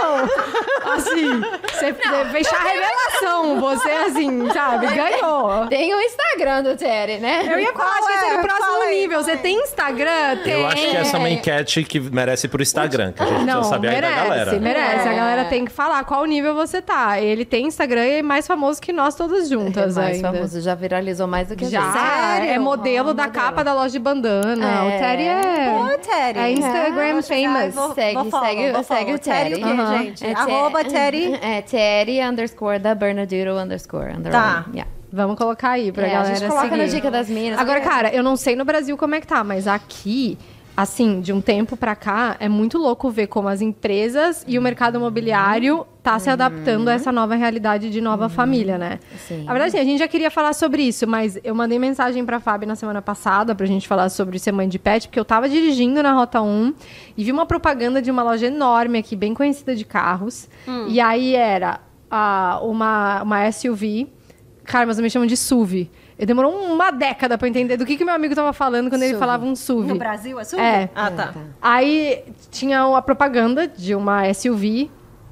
Não, assim, você fechar a revelação, você assim, sabe, ganhou. Tem o Instagram do Terry, né? Eu ia falar, Qual acho que esse é? é o próximo Fala aí, nível. Você fala aí. tem Instagram? Tem. Eu acho que essa é uma enquete que merece pro Instagram, que a gente Não, precisa saber aí da merece, galera. merece. A É. galera tem que falar qual nível você tá. Ele tem Instagram e é mais famoso que nós todas juntas É mais ainda. famoso, já viralizou mais do que a Já, gente. Sério? é modelo Ah, da modelo. capa da loja de bandana. O É. Terry é... Ô, Terry. É Instagram Vou chegar famous. e vou- Segue, vou follow, segue, vou segue follow. o Terry. Terry o quê, Aham. gente? É Arroba Te- Terry. É Terry underscore da Bernadoodle underscore. underline. Tá. Yeah. Vamos colocar aí pra É, a galera gente coloca seguir. na dica das minas. Agora, porque- cara, eu não sei no Brasil como é que tá, mas aqui, assim, de um tempo pra cá, é muito louco ver como as empresas e o mercado imobiliário tá se adaptando a essa nova realidade de nova família, né? Sim. Na verdade, assim, a gente já queria falar sobre isso, mas eu mandei mensagem pra Fábio na semana passada pra gente falar sobre ser mãe de pet, porque eu tava dirigindo na Rota um e vi uma propaganda de uma loja enorme aqui, bem conhecida de carros. E aí era ah, uma, uma S U V. Cara, mas me chamam de S U V. Eu demorou uma década pra entender do que que meu amigo tava falando quando ele S U V. falava um S U V. No Brasil é super? É. Ah, tá. Aí tinha a propaganda de uma S U V.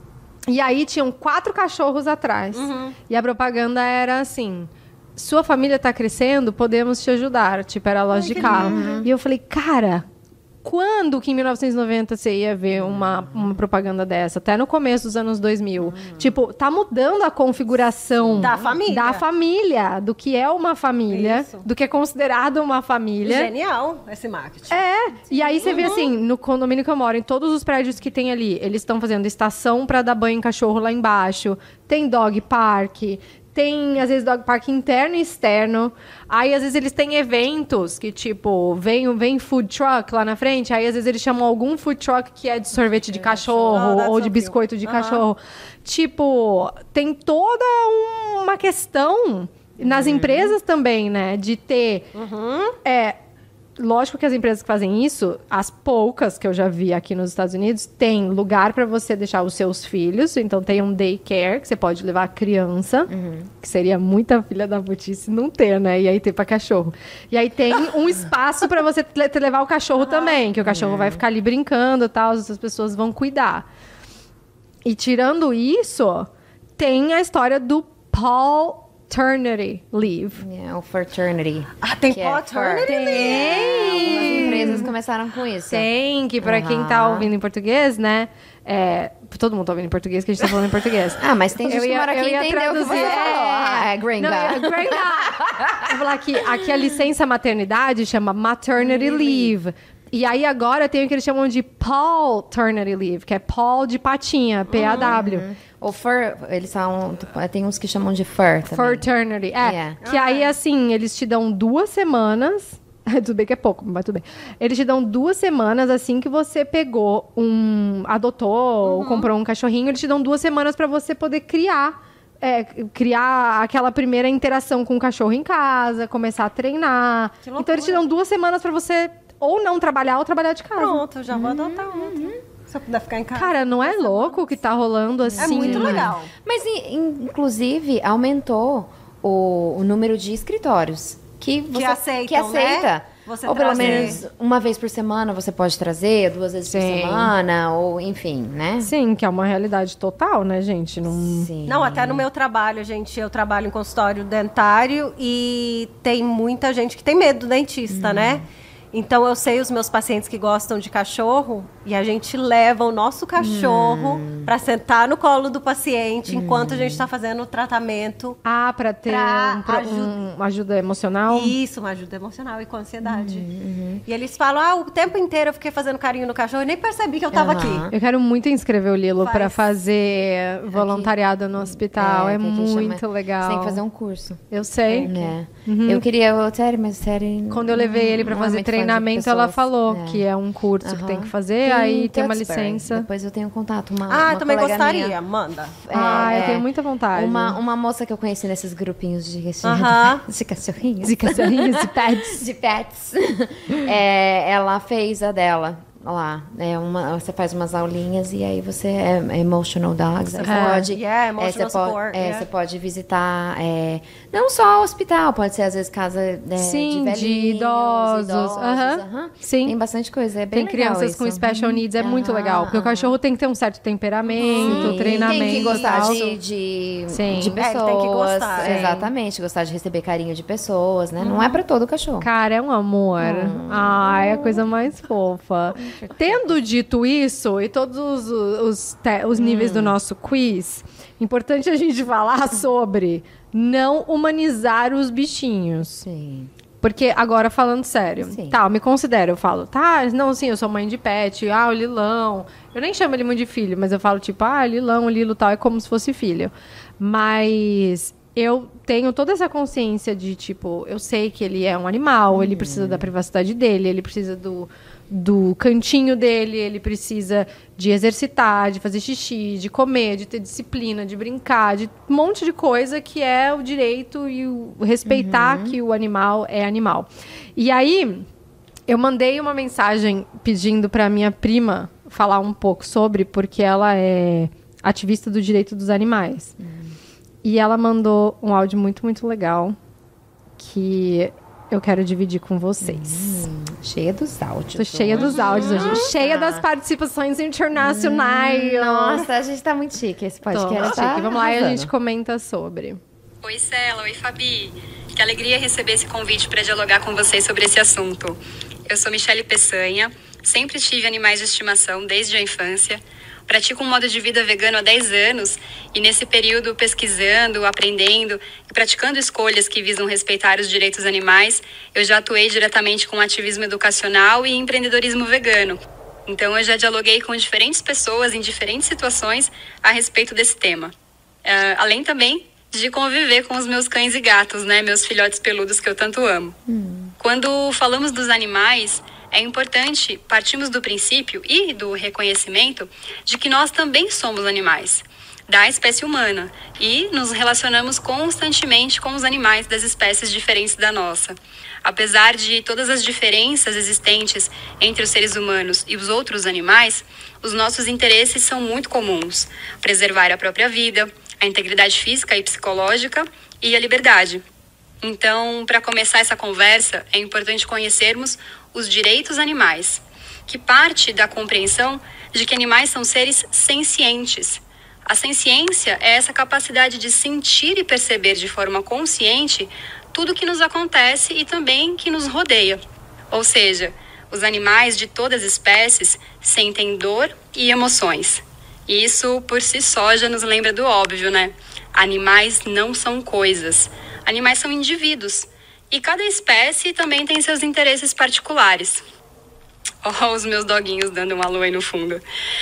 E aí tinham quatro cachorros atrás. E a propaganda era assim: sua família tá crescendo, podemos te ajudar. Tipo, era a loja de carro. E eu falei, cara, quando que em mil novecentos e noventa você ia ver uma, uma propaganda dessa? Até no começo dos anos dois mil. Tipo, tá mudando a configuração Da família. da família, do que é uma família, Isso. do que é considerado uma família. Genial esse marketing. É, e aí você vê assim, no condomínio que eu moro, em todos os prédios que tem ali, eles estão fazendo estação pra dar banho em cachorro lá embaixo, tem dog park, tem, às vezes, dog park interno e externo. Aí, às vezes, eles têm eventos que, tipo, vem, vem food truck lá na frente. Aí, às vezes, eles chamam algum food truck que é de sorvete de cachorro Ah, that's ou so de cute. biscoito de Aham. cachorro. Tipo, tem toda uma questão nas empresas também, né? De ter... É, lógico que as empresas que fazem isso, as poucas que eu já vi aqui nos Estados Unidos, tem lugar para você deixar os seus filhos. Então, tem um daycare que você pode levar a criança, uhum. que seria muita filha da putice não ter, né? E aí ter para cachorro. E aí tem um espaço para você te levar o cachorro ah, também, que o cachorro uhum. vai ficar ali brincando e tal, as pessoas vão cuidar. E tirando isso, tem a história do Paternity Leave. Yeah, o Fraternity. Ah, tem Paternity é Leave? É, algumas empresas começaram com isso. Tem, que pra uhum. quem tá ouvindo em português, né? É, todo mundo tá ouvindo em português, que a gente tá falando em português. Ah, mas tem gente eu ia, que mora aqui e entendeu traduzir, o que você é, falou. Ah, é gringa. Não, é gringa. Vou falar que aqui a licença maternidade chama Maternity Leave. E aí agora tem o que eles chamam de Paternity Leave, que é Paul de patinha, P A W. Uhum. Ou fur, eles são, tem uns que chamam de fur também. Fraternity, é. Yeah. Que aí, assim, eles te dão duas semanas... Tudo bem que é pouco, mas tudo bem. Eles te dão duas semanas, assim que você pegou um... Adotou uhum. ou comprou um cachorrinho, eles te dão duas semanas pra você poder criar... É, criar aquela primeira interação com o cachorro em casa, começar a treinar. Então, eles te dão duas semanas pra você... Ou não trabalhar, ou trabalhar de casa. Pronto, eu já vou adotar um. Uhum. Se eu puder ficar em casa. Cara, não é louco o que tá rolando assim? É muito legal. Mas, inclusive, aumentou o, o número de escritórios que, você, que aceitam, que aceita. Né? Você ou pelo trazer. menos uma vez por semana você pode trazer, duas vezes Sim. por semana, ou enfim, né? Sim, que é uma realidade total, né, gente? Não... Sim. Não, até no meu trabalho, gente, eu trabalho em consultório dentário e tem muita gente que tem medo do dentista, hum. né? Então, eu sei os meus pacientes que gostam de cachorro e a gente leva o nosso cachorro hum. para sentar no colo do paciente hum. enquanto a gente está fazendo o tratamento. Ah, para ter pra um, pra ajuda. Um, uma ajuda emocional? Isso, uma ajuda emocional e com ansiedade. Uhum, uhum. E eles falam, ah, o tempo inteiro eu fiquei fazendo carinho no cachorro e nem percebi que eu estava uhum. aqui. Eu quero muito inscrever o Lilo para fazer voluntariado aqui. No hospital. É, é muito chama... legal. Você tem que fazer um curso. Eu sei. É. Uhum. Eu queria o Terry, mas o Terry... Quando eu levei ele para fazer treinamento, ela falou é. que é um curso uhum. que tem que fazer, tem aí tem uma licença. Depois eu tenho contato. Uma, ah, uma também gostaria, minha. Manda. É, ah, eu tenho muita vontade. Uma, uma moça que eu conheci nesses grupinhos de, de, uh-huh. de cachorrinhos. De cachorrinhos, de pets. De pets. É, ela fez a dela. Lá, é uma, você faz umas aulinhas e aí você é, é emotional dogs, você é, pode, yeah, emotional é, você, support, pode é, yeah. você pode visitar, é, não só hospital, pode ser às vezes casa é, Sim, de velhinhos, de idosos, idosos uh-huh. uh-huh. Sim. Tem bastante coisa, é bem tem legal crianças isso. com special needs, é uh-huh. muito legal, porque uh-huh. o cachorro tem que ter um certo temperamento, Sim, treinamento. Tem que gostar de, de, Sim. de pessoas, é, tem que gostar, exatamente, gostar de receber carinho de pessoas, né? Hum. Não é pra todo cachorro. Cara, é um amor. Hum. Ai, é a coisa mais fofa. Tendo de Dito isso, e todos os, os, te, os níveis hum. do nosso quiz, importante a gente falar sobre não humanizar os bichinhos. Sim. Porque, agora, falando sério, sim. tá, eu me considero, eu falo, tá, não, sim, eu sou mãe de pet, ah, o Lilão. Eu nem chamo ele muito de filho, mas eu falo, tipo, ah, Lilão, o Lilo tal, é como se fosse filho. Mas... eu tenho toda essa consciência de, tipo, eu sei que ele é um animal, hum. ele precisa da privacidade dele, ele precisa do, do cantinho dele, ele precisa de exercitar, de fazer xixi, de comer, de ter disciplina, de brincar, de um monte de coisa que é o direito e o respeitar uhum. que o animal é animal. E aí, eu mandei uma mensagem pedindo pra minha prima falar um pouco sobre, porque ela é ativista do direito dos animais. Uhum. E ela mandou um áudio muito, muito legal que eu quero dividir com vocês. Hum, cheia dos áudios. Tô cheia dos áudios hoje. Uhum. Cheia das participações internacionais. Hum, nossa, a gente tá muito chique esse podcast. Tô, tá chique. Vamos lá e a gente comenta sobre. Oi, Cela. Oi, Fabi. Que alegria receber esse convite para dialogar com vocês sobre esse assunto. Eu sou Michele Peçanha. Sempre tive animais de estimação desde a infância. Pratico um modo de vida vegano há dez anos e nesse período pesquisando, aprendendo e praticando escolhas que visam respeitar os direitos animais, eu já atuei diretamente com ativismo educacional e empreendedorismo vegano. Então eu já dialoguei com diferentes pessoas em diferentes situações a respeito desse tema. Uh, além também de conviver com os meus cães e gatos, né, meus filhotes peludos que eu tanto amo. Hum. Quando falamos dos animais, é importante partirmos do princípio e do reconhecimento de que nós também somos animais. da espécie humana e nos relacionamos constantemente com os animais das espécies diferentes da nossa. Apesar de todas as diferenças existentes entre os seres humanos e os outros animais, os nossos interesses são muito comuns: preservar a própria vida, a integridade física e psicológica e a liberdade. Então, para começar essa conversa, é importante conhecermos os direitos animais, que parte da compreensão de que animais são seres sencientes. A senciência é essa capacidade de sentir e perceber de forma consciente tudo que nos acontece e também que nos rodeia. Ou seja, os animais de todas as espécies sentem dor e emoções. E isso, por si só, já nos lembra do óbvio, né? Animais não são coisas. Animais são indivíduos. E cada espécie também tem seus interesses particulares. Ó, os meus doguinhos dando um alô aí no fundo.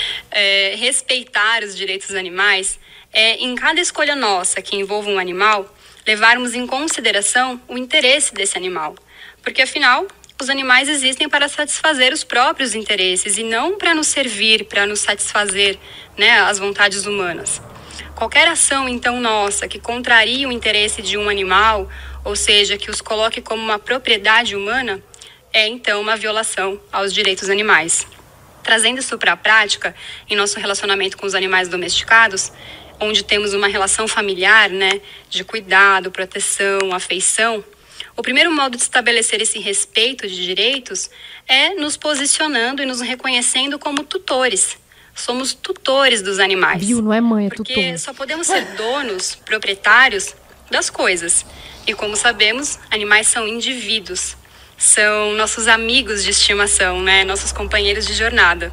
É, respeitar os direitos dos animais é, em cada escolha nossa que envolva um animal, levarmos em consideração o interesse desse animal. Porque, afinal, os animais existem para satisfazer os próprios interesses e não para nos servir, para nos satisfazer, né, as vontades humanas. Qualquer ação, então, nossa, que contraria o interesse de um animal, ou seja, que os coloque como uma propriedade humana, é, então, uma violação aos direitos animais. Trazendo isso para a prática, em nosso relacionamento com os animais domesticados, onde temos uma relação familiar, né, de cuidado, proteção, afeição, o primeiro modo de estabelecer esse respeito de direitos é nos posicionando e nos reconhecendo como tutores. Somos tutores dos animais. Viu? Não é mãe, é porque tutor. Só podemos ser donos, proprietários das coisas. E como sabemos, animais são indivíduos. São nossos amigos de estimação, né? Nossos companheiros de jornada.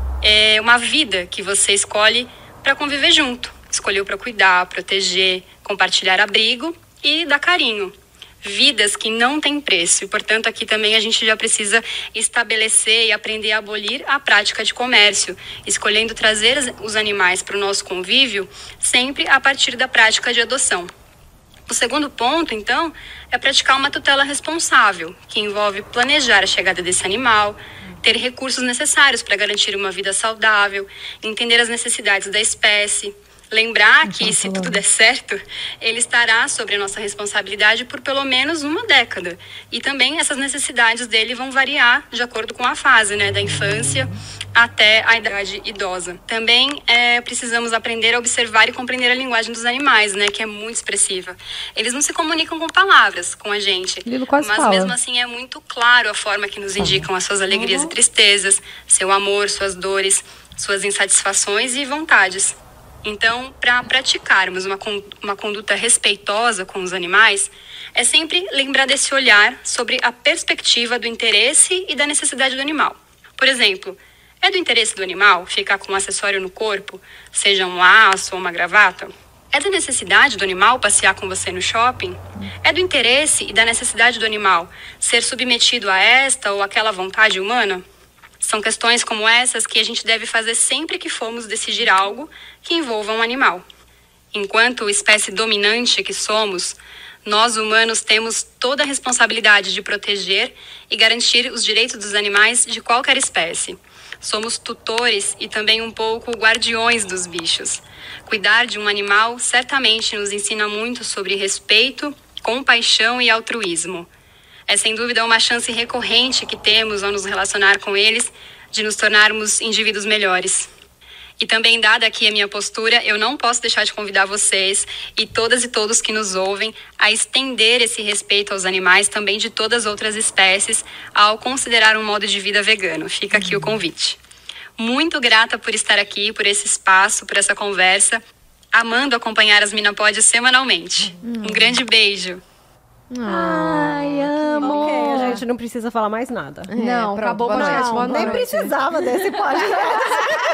É uma vida que você escolhe para conviver junto. Escolheu para cuidar, proteger, compartilhar abrigo e dar carinho. Vidas que não têm preço. E, portanto, aqui também a gente já precisa estabelecer e aprender a abolir a prática de comércio, escolhendo trazer os animais para o nosso convívio sempre a partir da prática de adoção. O segundo ponto, então, é praticar uma tutela responsável, que envolve planejar a chegada desse animal, ter recursos necessários para garantir uma vida saudável, entender as necessidades da espécie, lembrar que, se tudo der certo, ele estará sob a nossa responsabilidade por pelo menos uma década. E também essas necessidades dele vão variar de acordo com a fase, né, da infância até a idade idosa. Também é, precisamos aprender a observar e compreender a linguagem dos animais, né, que é muito expressiva. Eles não se comunicam com palavras com a gente, Lilo quase mas fala. mesmo assim é muito claro a forma que nos indicam as suas alegrias Uhum. e tristezas, seu amor, suas dores, suas insatisfações e vontades. Então, para praticarmos uma, uma conduta respeitosa com os animais, é sempre lembrar desse olhar sobre a perspectiva do interesse e da necessidade do animal. Por exemplo, é do interesse do animal ficar com um acessório no corpo, seja um laço ou uma gravata? É da necessidade do animal passear com você no shopping? É do interesse e da necessidade do animal ser submetido a esta ou aquela vontade humana? São questões como essas que a gente deve fazer sempre que formos decidir algo que envolva um animal. Enquanto espécie dominante que somos, nós humanos temos toda a responsabilidade de proteger e garantir os direitos dos animais de qualquer espécie. Somos tutores e também um pouco guardiões dos bichos. Cuidar de um animal certamente nos ensina muito sobre respeito, compaixão e altruísmo. É sem dúvida uma chance recorrente que temos ao nos relacionar com eles de nos tornarmos indivíduos melhores. E também, dada aqui a minha postura, eu não posso deixar de convidar vocês e todas e todos que nos ouvem a estender esse respeito aos animais, também de todas as outras espécies, ao considerar um modo de vida vegano. Fica aqui o convite. Muito grata por estar aqui, por esse espaço, por essa conversa, amando acompanhar as Minapod semanalmente. Um grande beijo. Ai, amo. Ok, a gente não precisa falar mais nada. Não, pronto, acabou o boa podcast. noite. Boa Nem noite. precisava desse podcast.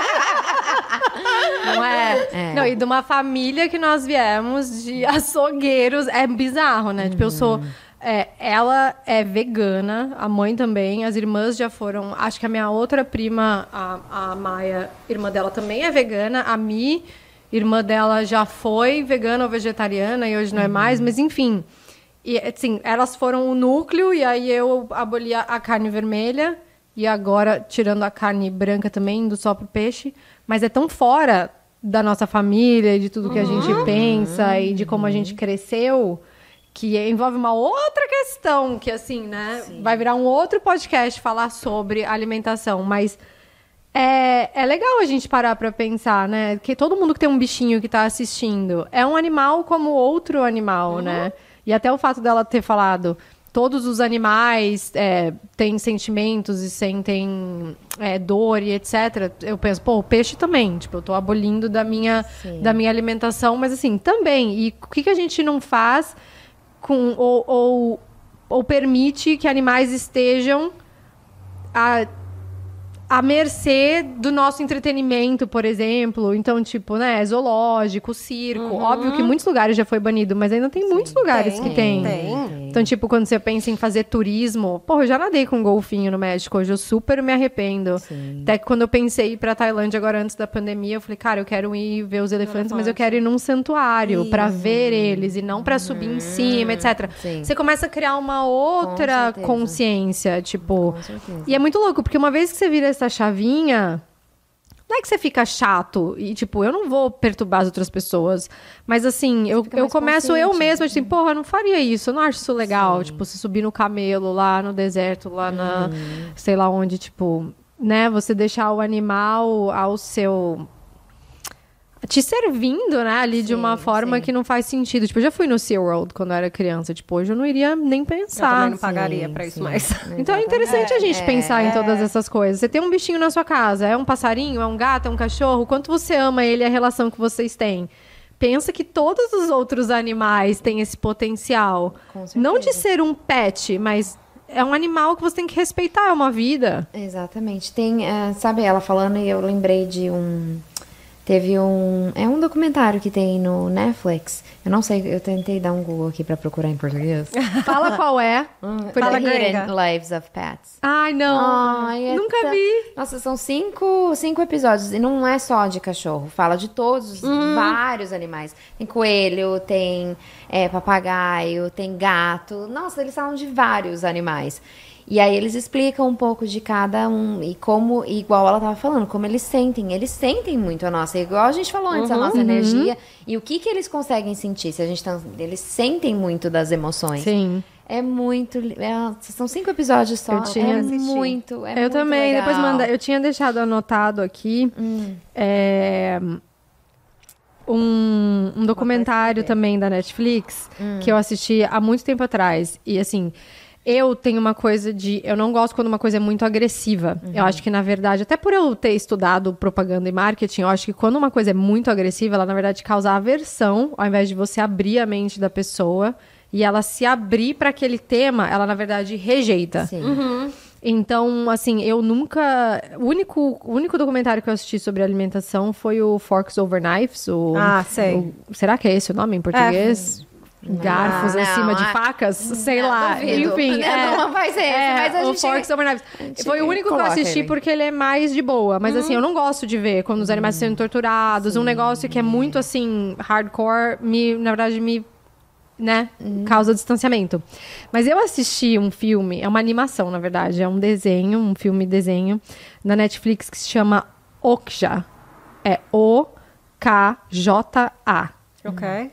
Não é? É. Não, e de uma família que nós viemos de açougueiros. É bizarro, né? Tipo, eu sou... é, ela é vegana, a mãe também, as irmãs já foram... Acho que a minha outra prima, a, a Maia, irmã dela também é vegana. A Mi, irmã dela, já foi vegana ou vegetariana e hoje não é mais. Mas, enfim... E, assim, elas foram o núcleo e aí eu aboli a, a carne vermelha e agora tirando a carne branca também, indo só pro peixe. Mas é tão fora da nossa família, de tudo que a gente pensa e de como a gente cresceu, que envolve uma outra questão, que assim, né, Sim. vai virar um outro podcast falar sobre alimentação, mas é, é legal a gente parar pra pensar, né, que todo mundo que tem um bichinho que tá assistindo é um animal como outro animal, uhum. né, e até o fato dela ter falado, todos os animais é, têm sentimentos e sentem é, dor e etcétera. Eu penso, pô, o peixe também. Tipo, eu tô abolindo da minha, da minha alimentação, mas assim, também. E o que, que a gente não faz com, ou, ou, ou permite que animais estejam a, à mercê do nosso entretenimento, por exemplo. Então, tipo, né, zoológico, circo. Uhum. Óbvio que em muitos lugares já foi banido, mas ainda tem Sim, muitos lugares tem, que tem. tem. Então, tipo, quando você pensa em fazer turismo... Pô, eu já nadei com um golfinho no México. Hoje eu super me arrependo. Sim. Até que quando eu pensei em ir pra Tailândia agora antes da pandemia, eu falei, cara, eu quero ir ver os elefantes, mas eu quero ir num santuário Sim. pra ver eles e não pra uhum. subir em cima, etcétera. Sim. Você começa a criar uma outra consciência, tipo... Com certeza. E é muito louco, porque uma vez que você vira essa chavinha... Não é que você fica chato e, tipo, eu não vou perturbar as outras pessoas. Mas, assim, eu, eu começo eu mesma, assim, porra, eu não faria isso. Eu não acho isso legal. Sim. Tipo, você subir no camelo lá no deserto, lá na... Hum. Sei lá onde, tipo... Né? Você deixar o animal ao seu... te servindo, né? Ali sim, de uma forma sim. que não faz sentido. Tipo, eu já fui no SeaWorld quando eu era criança. Tipo, hoje eu não iria nem pensar. Eu também não pagaria sim, pra isso sim. mais. Então é interessante é, a gente é, pensar é. em todas essas coisas. Você tem um bichinho na sua casa. É um passarinho, é um gato, é um cachorro. Quanto você ama ele e a relação que vocês têm. Pensa que todos os outros animais têm esse potencial. Não de ser um pet, mas... é um animal que você tem que respeitar, é uma vida. Exatamente. Tem, uh, sabe, ela falando e eu lembrei de um... Teve um... É um documentário que tem no Netflix. Eu não sei, eu tentei dar um Google aqui pra procurar em português. Fala qual é. Hum, Fala Hidden Lives of Pets. Ai, não. Ai, é Nunca tão... vi. Nossa, são cinco, cinco episódios. E não é só de cachorro. Fala de todos, hum. vários animais. Tem coelho, tem é, papagaio, tem gato. Nossa, eles falam de vários animais. E aí eles explicam um pouco de cada um e como, igual ela tava falando, como eles sentem. Eles sentem muito a nossa, igual a gente falou antes, uhum, a nossa uhum. energia. E o que que eles conseguem sentir? Se a gente tá, eles sentem muito das emoções. Sim. É muito... É, são cinco episódios só. Eu tinha é assistido. muito, é Eu muito também, legal. depois manda. Eu tinha deixado anotado aqui hum. é, um, um documentário também da Netflix hum. que eu assisti há muito tempo atrás. E assim... Eu tenho uma coisa de... Eu não gosto quando uma coisa é muito agressiva. Uhum. Eu acho que, na verdade, até por eu ter estudado propaganda e marketing, eu acho que quando uma coisa é muito agressiva, ela, na verdade, causa aversão, ao invés de você abrir a mente da pessoa e ela se abrir para aquele tema, ela, na verdade, rejeita. Sim. Uhum. Então, assim, eu nunca... O único, o único documentário que eu assisti sobre alimentação foi o Forks Over Knives. O, ah, sei. O, será que é esse o nome em português? É. Garfos não, acima não, de é... facas, sei não, lá, duvido. enfim. É, não vai ser esse, é, mas a gente... O Forks Over Knives. Foi o único que eu assisti ele. Porque ele é mais de boa. Mas uhum. assim, eu não gosto de ver quando os animais uhum. sendo torturados. Sim. Um negócio que é muito assim, hardcore, me, na verdade, me... né, uhum. causa distanciamento. Mas eu assisti um filme, é uma animação, na verdade. É um desenho, um filme-desenho, na Netflix que se chama Okja. É O K J A. Ok.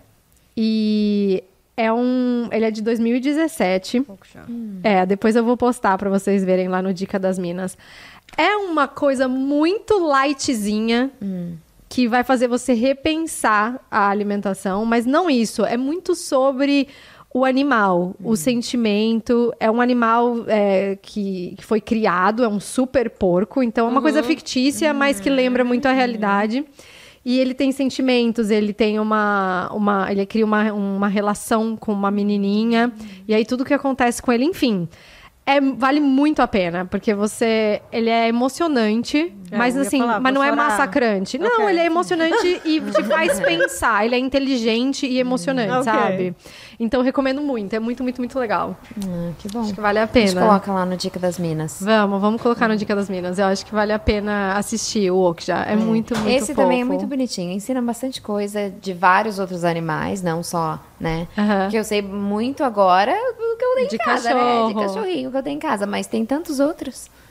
E é um... Ele é de dois mil e dezessete. Hum. É, depois eu vou postar pra vocês verem lá no Dica das Minas. É uma coisa muito lightzinha, hum. que vai fazer você repensar a alimentação. Mas não isso, é muito sobre o animal, hum. o sentimento. É um animal é, que, que foi criado, é um super porco. Então é uma uhum. coisa fictícia, uhum. mas que lembra muito a realidade. E ele tem sentimentos, ele tem uma... uma ele cria uma, uma relação com uma menininha. E aí tudo que acontece com ele, enfim... É, vale muito a pena, porque você... Ele é emocionante, é, mas assim... Falar, mas não chorar. É massacrante. Okay. Não, ele é emocionante e te faz pensar. Ele é inteligente e emocionante, okay. sabe? Então, eu recomendo muito. É muito, muito, muito legal. Ah, que bom. Acho que vale a pena. A gente coloca lá no Dica das Minas. Vamos, vamos colocar no Dica das Minas. Eu acho que vale a pena assistir o Okja. É, é muito, muito Esse fofo. também é muito bonitinho. Ensina bastante coisa de vários outros animais, não só, né? Uh-huh. Que eu sei muito agora o que eu tenho em de casa, cachorro. né? De cachorrinho que eu tenho em casa. Mas tem tantos outros.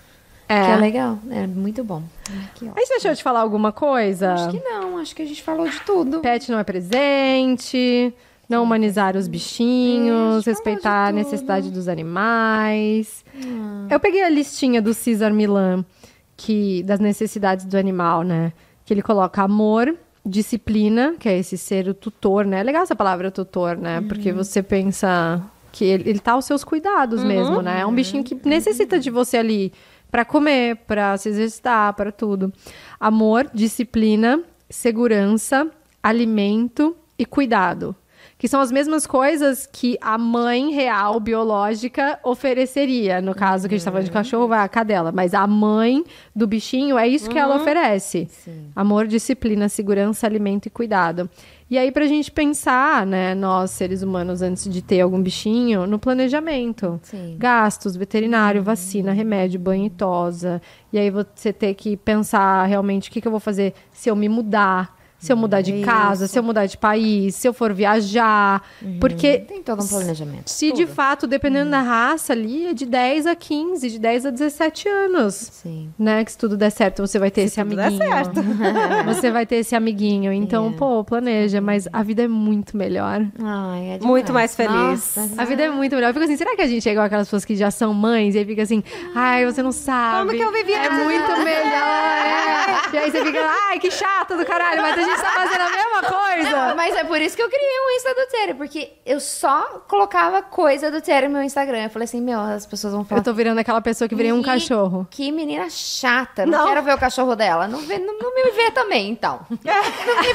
É. Que é legal, é muito bom. Que Aí você deixou de falar alguma coisa? Acho que não, acho que a gente falou de tudo. Pet não é presente, não humanizar os bichinhos, Sim, respeitar a falou de necessidade dos animais. Eu peguei a listinha do César Millan, que, das necessidades do animal, né? Que ele coloca amor, disciplina, que é esse ser o tutor, né? É legal essa palavra tutor, né? Porque você pensa que ele, ele tá aos seus cuidados mesmo, né? É um bichinho que necessita de você ali para comer, para se exercitar, para tudo. Amor, disciplina, segurança, alimento e cuidado. Que são as mesmas coisas que a mãe real, biológica, ofereceria. No caso que a gente tá falando de cachorro, vai a cadela. Mas a mãe do bichinho, é isso que ela oferece. Sim. Amor, disciplina, segurança, alimento e cuidado. E aí, pra gente pensar, né, nós, seres humanos, antes de ter algum bichinho, no planejamento. Sim. Gastos, veterinário, vacina, remédio, banho e tosa. E aí você ter que pensar realmente o que, que eu vou fazer se eu me mudar. Se eu mudar de casa, se eu mudar de país, se eu for viajar. Porque Tem todo um planejamento. se de fato, dependendo da raça ali, é de dez a quinze, de dez a dezessete anos. Sim. Né? Que se tudo der certo, você vai ter esse tudo der amiguinho. certo. Você vai ter esse amiguinho. Então, É. pô, planeja. Mas a vida é muito melhor. Ai, é Muito demais. mais feliz. Nossa, A vida é muito melhor. Eu fico assim, será que a gente é igual aquelas pessoas que já são mães? E aí fica assim, ai, você não sabe. Como que eu vivi É antes? muito melhor. É. E aí você fica, ai, que chata do caralho. Mas a gente tá fazendo a mesma coisa. Mas é por isso que eu criei um Insta do Terry, porque eu só colocava coisa do Terry no meu Instagram. Eu falei assim, meu, as pessoas vão falar. Eu tô virando aquela pessoa que virei um "Ih, cachorro. Que menina chata. Não, Não. quero ver o cachorro dela. Não, vê, não, não me vê também, então. Não, me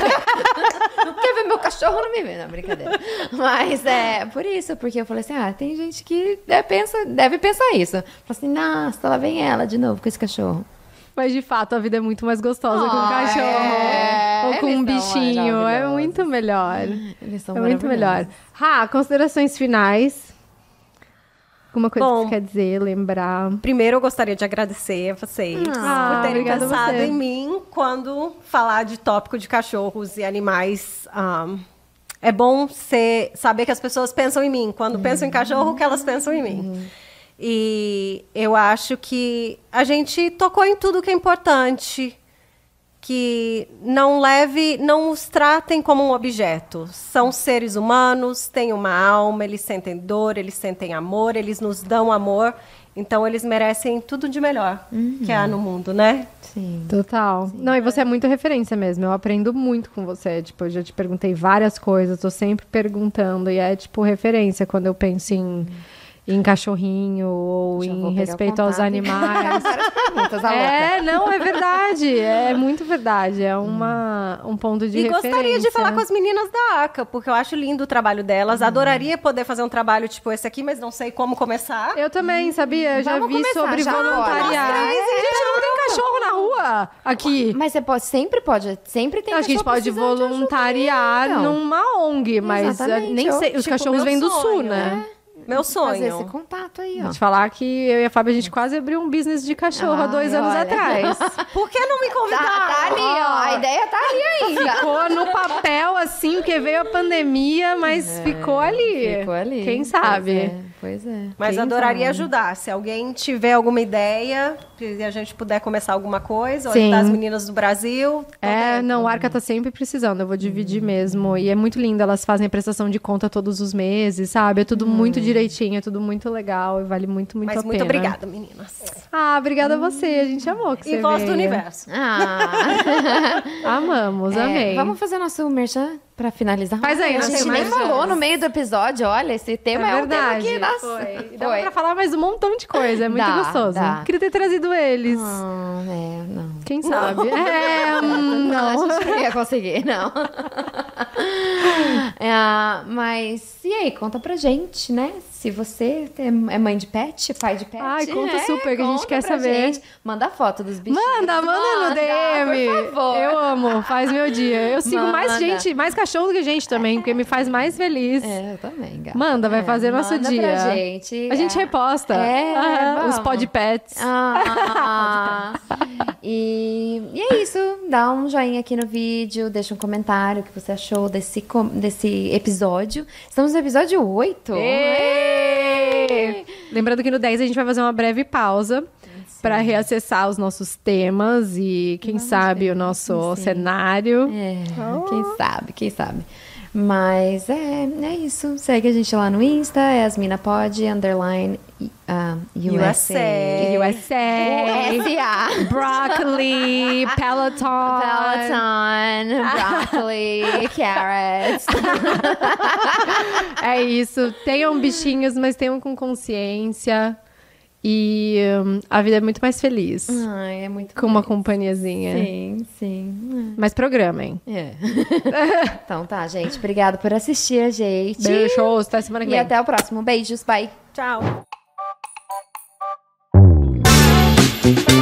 vê. Não quer ver meu cachorro, não me vê. Não, brincadeira. Mas é por isso, porque eu falei assim, ah, tem gente que deve, pensa, deve pensar isso. Eu falei assim, nossa, lá vem ela de novo com esse cachorro. Mas de fato a vida é muito mais gostosa com um Ah, cachorro. é. Ou com Eles um são bichinho. É maravilhosos. muito melhor. Eles são É muito melhor. maravilhosos. Rá, considerações finais. Alguma coisa Bom, que você quer dizer, lembrar? Primeiro, eu gostaria de agradecer a vocês Ah, por terem obrigada a pensado você. em mim quando falar de tópico de cachorros e animais. ah, é bom ser, saber que as pessoas pensam em mim. Quando pensam em cachorro, que elas pensam em mim. E eu acho que a gente tocou em tudo que é importante. Que não leve, não os tratem como um objeto. São seres humanos, têm uma alma, eles sentem dor, eles sentem amor, eles nos dão amor. Então, eles merecem tudo de melhor que há no mundo, né? Sim. Total. Não, e você é muito referência mesmo. Eu aprendo muito com você. Tipo, eu já te perguntei várias coisas, tô sempre perguntando. E é, tipo, referência quando eu penso em, em cachorrinho ou Já vou em pegar o respeito aos contato e animais. várias perguntas, a louca. É, não, é verdade. É muito verdade. É uma, um ponto de E referência. gostaria de falar com as meninas da ACA, porque eu acho lindo o trabalho delas. Adoraria poder fazer um trabalho tipo esse aqui, mas não sei como começar. Eu também, sabia? Eu já Vamos vi começar, sobre já agora. voluntariado. Nós três, É, gente, não tem cachorro na rua aqui. Mas você pode, sempre pode, sempre tem Acho que a gente cachorro pode precisando de ajuda, voluntariar então. numa O N G, mas Exatamente, eh, nem eu- sei. Os tipo, cachorros meu vêm do sul, sonho, né? Meu Fazer esse sonho. contato aí, ó. Vou te falar que eu e a Fábio, a gente quase abriu um business de cachorro há Ai, dois anos olha. atrás. Por que não me Tá, convidaram? tá ali, ó. A ideia tá ali ainda. Ficou no papel, assim, porque veio a pandemia, mas ficou ali. Ficou ali. Quem sabe? Pois é. Pois é. Mas Quem adoraria sabe? ajudar. Se alguém tiver alguma ideia e a gente puder começar alguma coisa, ou Sim. ajudar as meninas do Brasil. tô É, dentro. não, o Arca tá sempre precisando, eu vou dividir mesmo. E é muito lindo, elas fazem a prestação de conta todos os meses, sabe? É tudo muito direitinho, é tudo muito legal e vale muito, muito Mas a muito pena. obrigada, meninas. Ah, obrigada a você, a gente amou que você Em voz do veio. universo. Ah. Amamos, É, amei. vamos fazer nosso merchan pra finalizar. Faz aí, A não gente tem nem mais falou chance. no meio do episódio. Olha, esse tema é, É um tema verdade. que, nossa, Foi. E dá foi. pra falar mais um montão de coisa, é muito Dá, gostoso. dá. Queria ter trazido eles. Ah, é, não. Quem sabe? É, hum, não. A gente não ia conseguir, não. É, mas, e aí, conta pra gente, né? Se você é mãe de pet, pai de pet. Ai, conta né? super, que a gente Conta quer pra saber. gente. Manda foto dos bichinhos. Manda, manda no D M. Por favor. Eu amo, faz meu dia. Eu sigo mais Manda. gente, mais cachorro do que gente também, porque me faz mais feliz. É, eu também, gata. Manda, vai É, fazer nosso manda dia. Pra gente. A gente é. reposta. É, Aham, vamos. os pod pets. Ah, e, e é isso. Dá um joinha aqui no vídeo, deixa um comentário o que você achou desse, com- desse episódio. Estamos no episódio oito. Ê! Lembrando que no dez a gente vai fazer uma breve pausa. para reacessar os nossos temas e, quem Vamos sabe, ver, o nosso sim. cenário. É, quem sabe, quem sabe. Mas é, é isso. Segue a gente lá no Insta, é asminapod, underline uh, U S A. U S A. U S A. Broccoli, Peloton. Peloton, broccoli, carrots. É isso. Tenham bichinhos, mas tenham com consciência. E hum, a vida é muito mais feliz. Ai, é muito Com uma mais. companhiazinha. Sim, sim. Mas programem. É. Então tá, gente. Obrigada por assistir a gente. Beijos, até semana que E vem. até o próximo. Beijos, bye. Tchau.